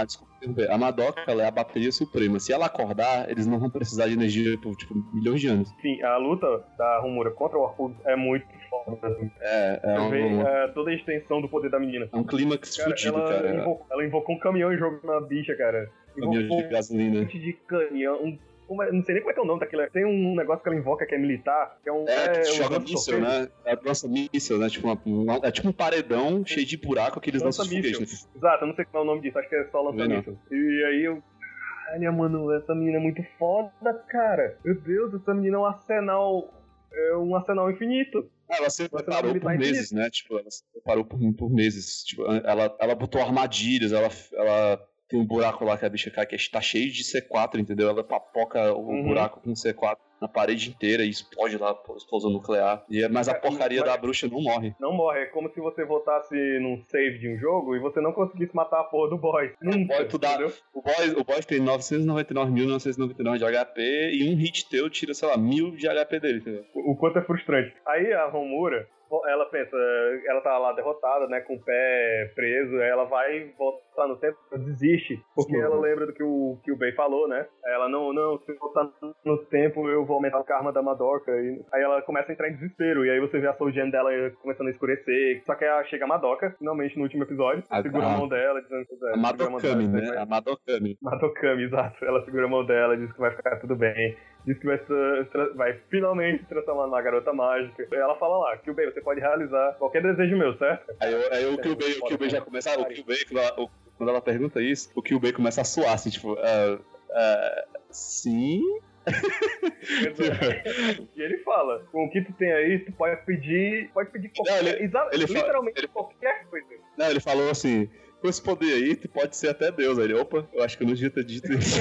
a Madoka, ela é a bateria suprema. Se ela acordar, eles não vão precisar de energia por, tipo, milhões de anos. Sim, a luta da Homura contra o Walpurgis é muito foda. Assim. Toda a extensão do poder da menina. É um clímax fudido, cara. Ela invocou um caminhão e jogou na bicha, cara. Caminhão de gasolina. Um monte de canhão, não sei nem como é que é o nome daquilo. Tem um negócio que ela invoca que é militar, que é um... que joga míssil, né? É lança míssil, né? Tipo é tipo um paredão cheio de buraco que eles lançam foguete, né? Exato, eu não sei qual é o nome disso, acho que é só lança míssil. E aí Caralho, mano, essa menina é muito foda, cara. Meu Deus, essa menina é um arsenal infinito. Ela se preparou por meses, né? Tipo, ela se preparou por meses. Tipo, ela botou armadilhas, ela tem um buraco lá que a bicha cai, que tá cheio de C4, entendeu? Ela papoca o buraco com C4 na parede inteira e explode lá, explosão nuclear. Mas a porcaria da bruxa não morre. Não morre, é como se você voltasse num save de um jogo e você não conseguisse matar a porra do boss. O boss tem 999.999 de HP e um hit teu tira, sei lá, 1000 de HP dele, entendeu? O quanto é frustrante. Aí a Homura, ela pensa, ela tá lá derrotada, né, com o pé preso, aí ela vai voltar no tempo, desiste, porque ela lembra do que o Kyubey falou, né? Ela não, se eu voltar no tempo eu vou aumentar o karma da Madoka, e aí ela começa a entrar em desespero, e aí você vê a Soul Gem dela começando a escurecer, só que aí chega a Madoka, finalmente no último episódio, segura a mão dela, dizendo que a Madokami, né? A Madokami, exato, ela segura a mão dela, diz que vai ficar tudo bem, diz que vai finalmente se transformar numa garota mágica. Ela fala lá, Kyubey, você pode realizar qualquer desejo meu, certo? Aí o Kyubey já começa, quando ela pergunta isso, o Kyubey começa a suar, assim, tipo, sim... E ele fala, com o que tu tem aí, tu pode pedir qualquer, literalmente qualquer coisa. Não, ele falou assim, com esse poder aí, tu pode ser até Deus. Aí ele, opa, eu acho que eu não devia ter dito isso.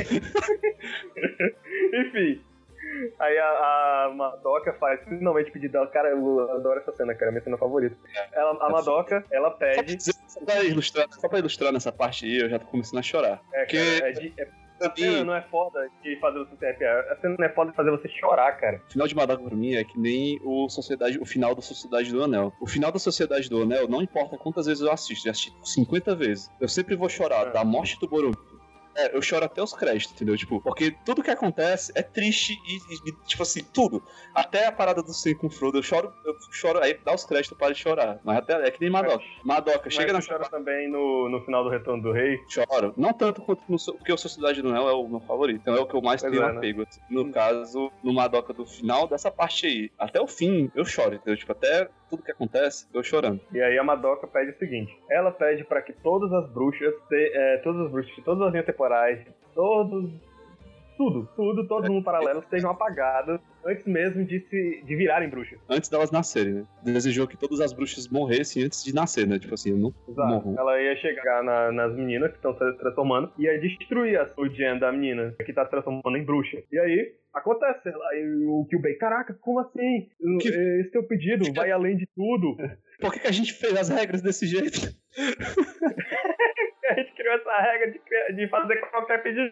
Enfim, aí a Madoka faz finalmente pedido dela. Cara, eu adoro essa cena, cara, minha cena favorita. A Madoka, ela pede... Só pra ilustrar nessa parte aí, eu já tô começando a chorar. A cena não é foda de fazer você se arrepiar. A cena não é foda de fazer você chorar, cara. O final de Madoka pra mim é que nem o final da Sociedade do Anel. O final da Sociedade do Anel, não importa quantas vezes eu assisto, já assisti 50 vezes. Eu sempre vou chorar da morte do Boromir. Eu choro até os créditos, entendeu? Tipo, porque tudo que acontece é triste e tipo assim, tudo. Até a parada do Sam com o Frodo, eu choro, aí dá os créditos para de chorar. Mas até é que nem Madoka. Madoka, chega na... Você chora também no final do Retorno do Rei? Choro. Não tanto quanto porque o Sociedade do Anel é o meu favorito. Então é o que eu mais tenho apego. Né? No caso, no Madoka do final, dessa parte aí. Até o fim, eu choro, entendeu? Tipo, até tudo que acontece, eu chorando. E aí a Madoka pede o seguinte. Ela pede para que todas as bruxas de todas as linhas temporais, todos os paralelos sejam apagados antes mesmo de virarem bruxas. Antes delas nascerem, né? Desejou que todas as bruxas morressem antes de nascer, né? Tipo assim, não morram. Ela ia chegar nas meninas que estão se transformando e ia destruir a Soul Gem da menina que tá se transformando em bruxa. E aí, acontece, o Kyubey, caraca, como assim? Esse teu pedido vai além de tudo. Por que a gente fez as regras desse jeito? A gente criou essa regra de fazer qualquer pedido.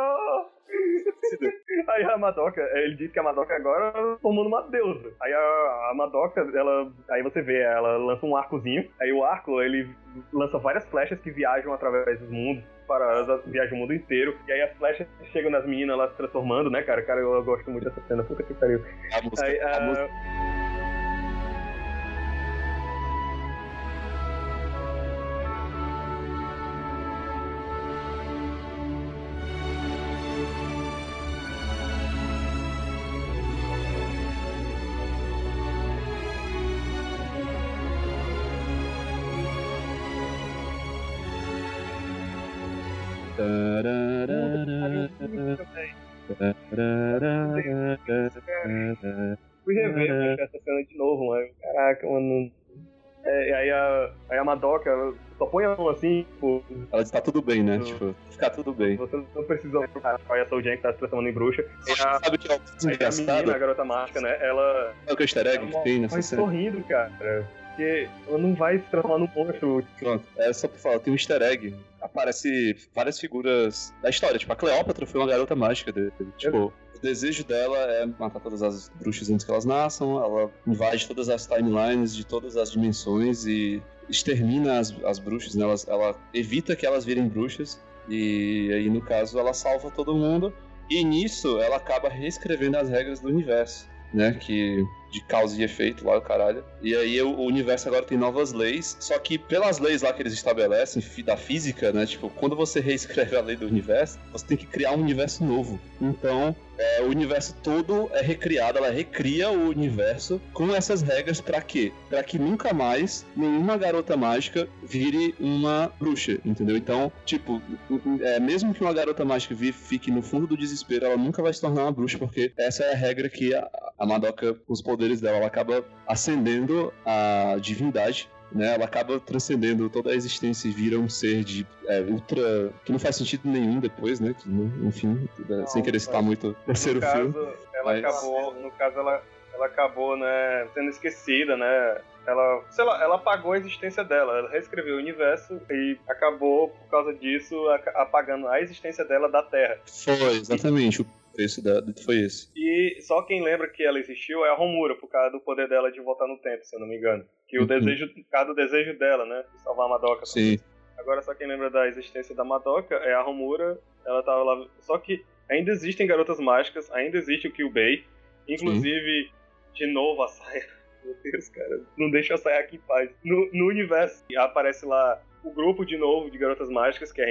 Aí a Madoka, ele disse que a Madoka agora formou numa deusa. Aí a Madoka, aí você vê, ela lança um arcozinho. Aí o arco, ele lança várias flechas que viajam através dos mundos. Viajam o mundo inteiro. E aí as flechas chegam nas meninas, elas se transformando, né, cara? Cara, eu gosto muito dessa cena, puta que pariu. A música. Fui rever essa cena de novo, mano. Caraca, mano. Aí a Madoka só põe a mão assim, tipo. Ela diz, tá tudo bem, né? Tipo, ficar tudo bem. Você não precisa olhar a Soul Gem que tá se transformando em bruxa. Sabe o que é a menina, a garota mágica, né? Ela. É o que easter egg que tem nessa cena? Sorrindo, cara. Porque ela não vai se transformar num monstro. Pronto, é só pra falar, tem um easter egg. Aparece várias figuras da história. Tipo, a Cleópatra foi uma garota mágica dele. Tipo, o desejo dela é matar todas as bruxas antes que elas nasçam. Ela invade todas as timelines de todas as dimensões e extermina as bruxas, né? Ela evita que elas virem bruxas. E aí, no caso, ela salva todo mundo. E nisso, ela acaba reescrevendo as regras do universo, né? De causa e efeito lá, o caralho. E aí o universo agora tem novas leis, só que pelas leis lá que eles estabelecem, da física, né, tipo, quando você reescreve a lei do universo, você tem que criar um universo novo. Então, o universo todo é recriado, ela recria o universo com essas regras pra quê? Pra que nunca mais nenhuma garota mágica vire uma bruxa, entendeu? Então, tipo, mesmo que uma garota mágica fique no fundo do desespero, ela nunca vai se tornar uma bruxa, porque essa é a regra que a Madoka, com os poderes dela, ela acaba ascendendo a divindade, né? Ela acaba transcendendo toda a existência e vira um ser de ultra... que não faz sentido nenhum depois, né? Que, enfim, sem querer citar muito o terceiro filme. No caso, ela acabou, né, sendo esquecida, né? Ela apagou a existência dela. Ela reescreveu o universo e acabou, por causa disso, apagando a existência dela da Terra. Foi, exatamente. O preço foi esse. E só quem lembra que ela existiu é a Homura, por causa do poder dela de voltar no tempo, se eu não me engano. Que o desejo, por causa do desejo dela, né? De salvar a Madoka. Sim. Agora só quem lembra da existência da Madoka é a Homura. Ela tava lá. Só que ainda existem garotas mágicas, ainda existe o Kyubey. Inclusive, de novo, a Saia. Meu Deus, cara, não deixa a Saia aqui em paz. No universo, aparece lá o grupo de novo de garotas mágicas que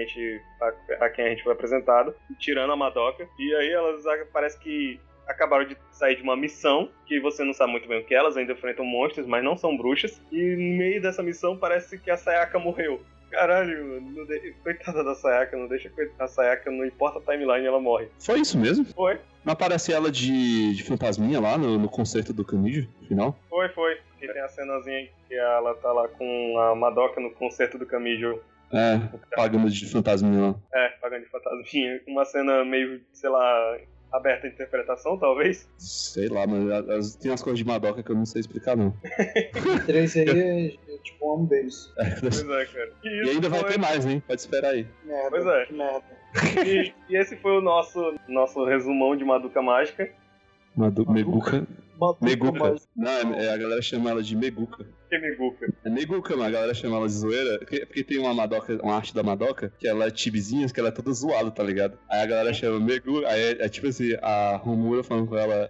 a quem a gente foi apresentado, tirando a Madoka. E aí elas parece que acabaram de sair de uma missão, que você não sabe muito bem o que elas ainda enfrentam monstros, mas não são bruxas. E no meio dessa missão parece que a Sayaka morreu. Caralho, mano, coitada da Sayaka, não deixa a Sayaka, não importa a timeline, ela morre. Foi isso mesmo? Foi. Não aparece ela de fantasminha lá no concerto do Kamijo, no final? Foi. E tem a cenazinha que ela tá lá com a Madoka no concerto do Kamijo. Pagando de fantasminha lá. Pagando de fantasminha. Uma cena meio, sei lá, aberta de interpretação, talvez. Sei lá, mas tem umas coisas de Madoka que eu não sei explicar, não. O 3 aí é tipo um amo deles. Pois é, cara. E ainda vai ter mais, hein? Pode esperar aí. Merda, pois é. Que merda. E esse foi o nosso resumão de Madoka Mágica. Meguka. Meguka. Não, a galera chama ela de Meguka. Que Meguka? É Meguka, mas a galera chama ela de zoeira. Porque tem uma arte da Madoka, que ela é tibizinha, que ela é toda zoada, tá ligado? Aí a galera chama Meguka, aí é tipo assim, a Homura falando com ela.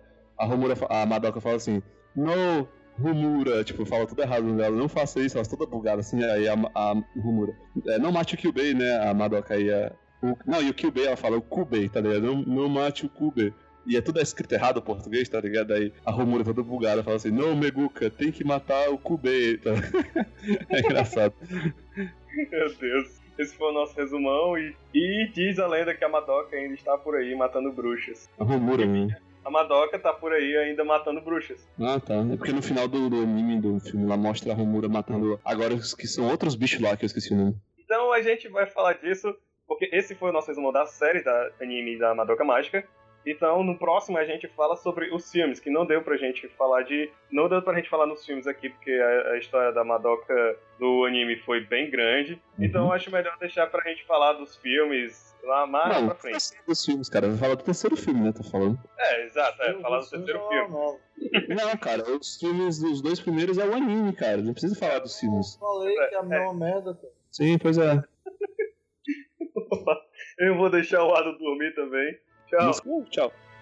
A Madoka fala assim, no Homura, tipo, fala tudo errado dela, não faça isso, ela toda bugada assim, aí a Homura. Não mate o Kyubey, né? A Madoka aí e o Kyubey ela fala o Kubei, tá ligado? Não mate o Kubei. E é tudo escrito errado em português, tá ligado? Aí a Homura toda bugada fala assim, não, Meguka, tem que matar o Kubei. Tá? É engraçado. Meu Deus. Esse foi o nosso resumão. E diz a lenda que a Madoka ainda está por aí matando bruxas. A Homura, né? A Madoka tá por aí ainda matando bruxas. Ah, tá. É porque no final do anime, do filme, lá mostra a Homura matando agora que são outros bichos lá que eu esqueci o nome. Então a gente vai falar disso, porque esse foi o nosso resumão da série da anime da Madoka Mágica. Então no próximo a gente fala sobre os filmes, que não deu pra gente falar nos filmes aqui, porque a história da Madoka do anime foi bem grande. Então eu acho melhor deixar pra gente falar dos filmes lá mais pra frente. Não, dos filmes, cara. Vai falar do terceiro filme, né? Tá falando? Exato, falar do terceiro filme. Não, cara, os filmes dos dois primeiros é o anime, cara. Não precisa falar dos filmes. Eu falei que é a mesma merda, cara. Sim, pois é. Eu vou deixar o Ado dormir também. Tchau. Tchau.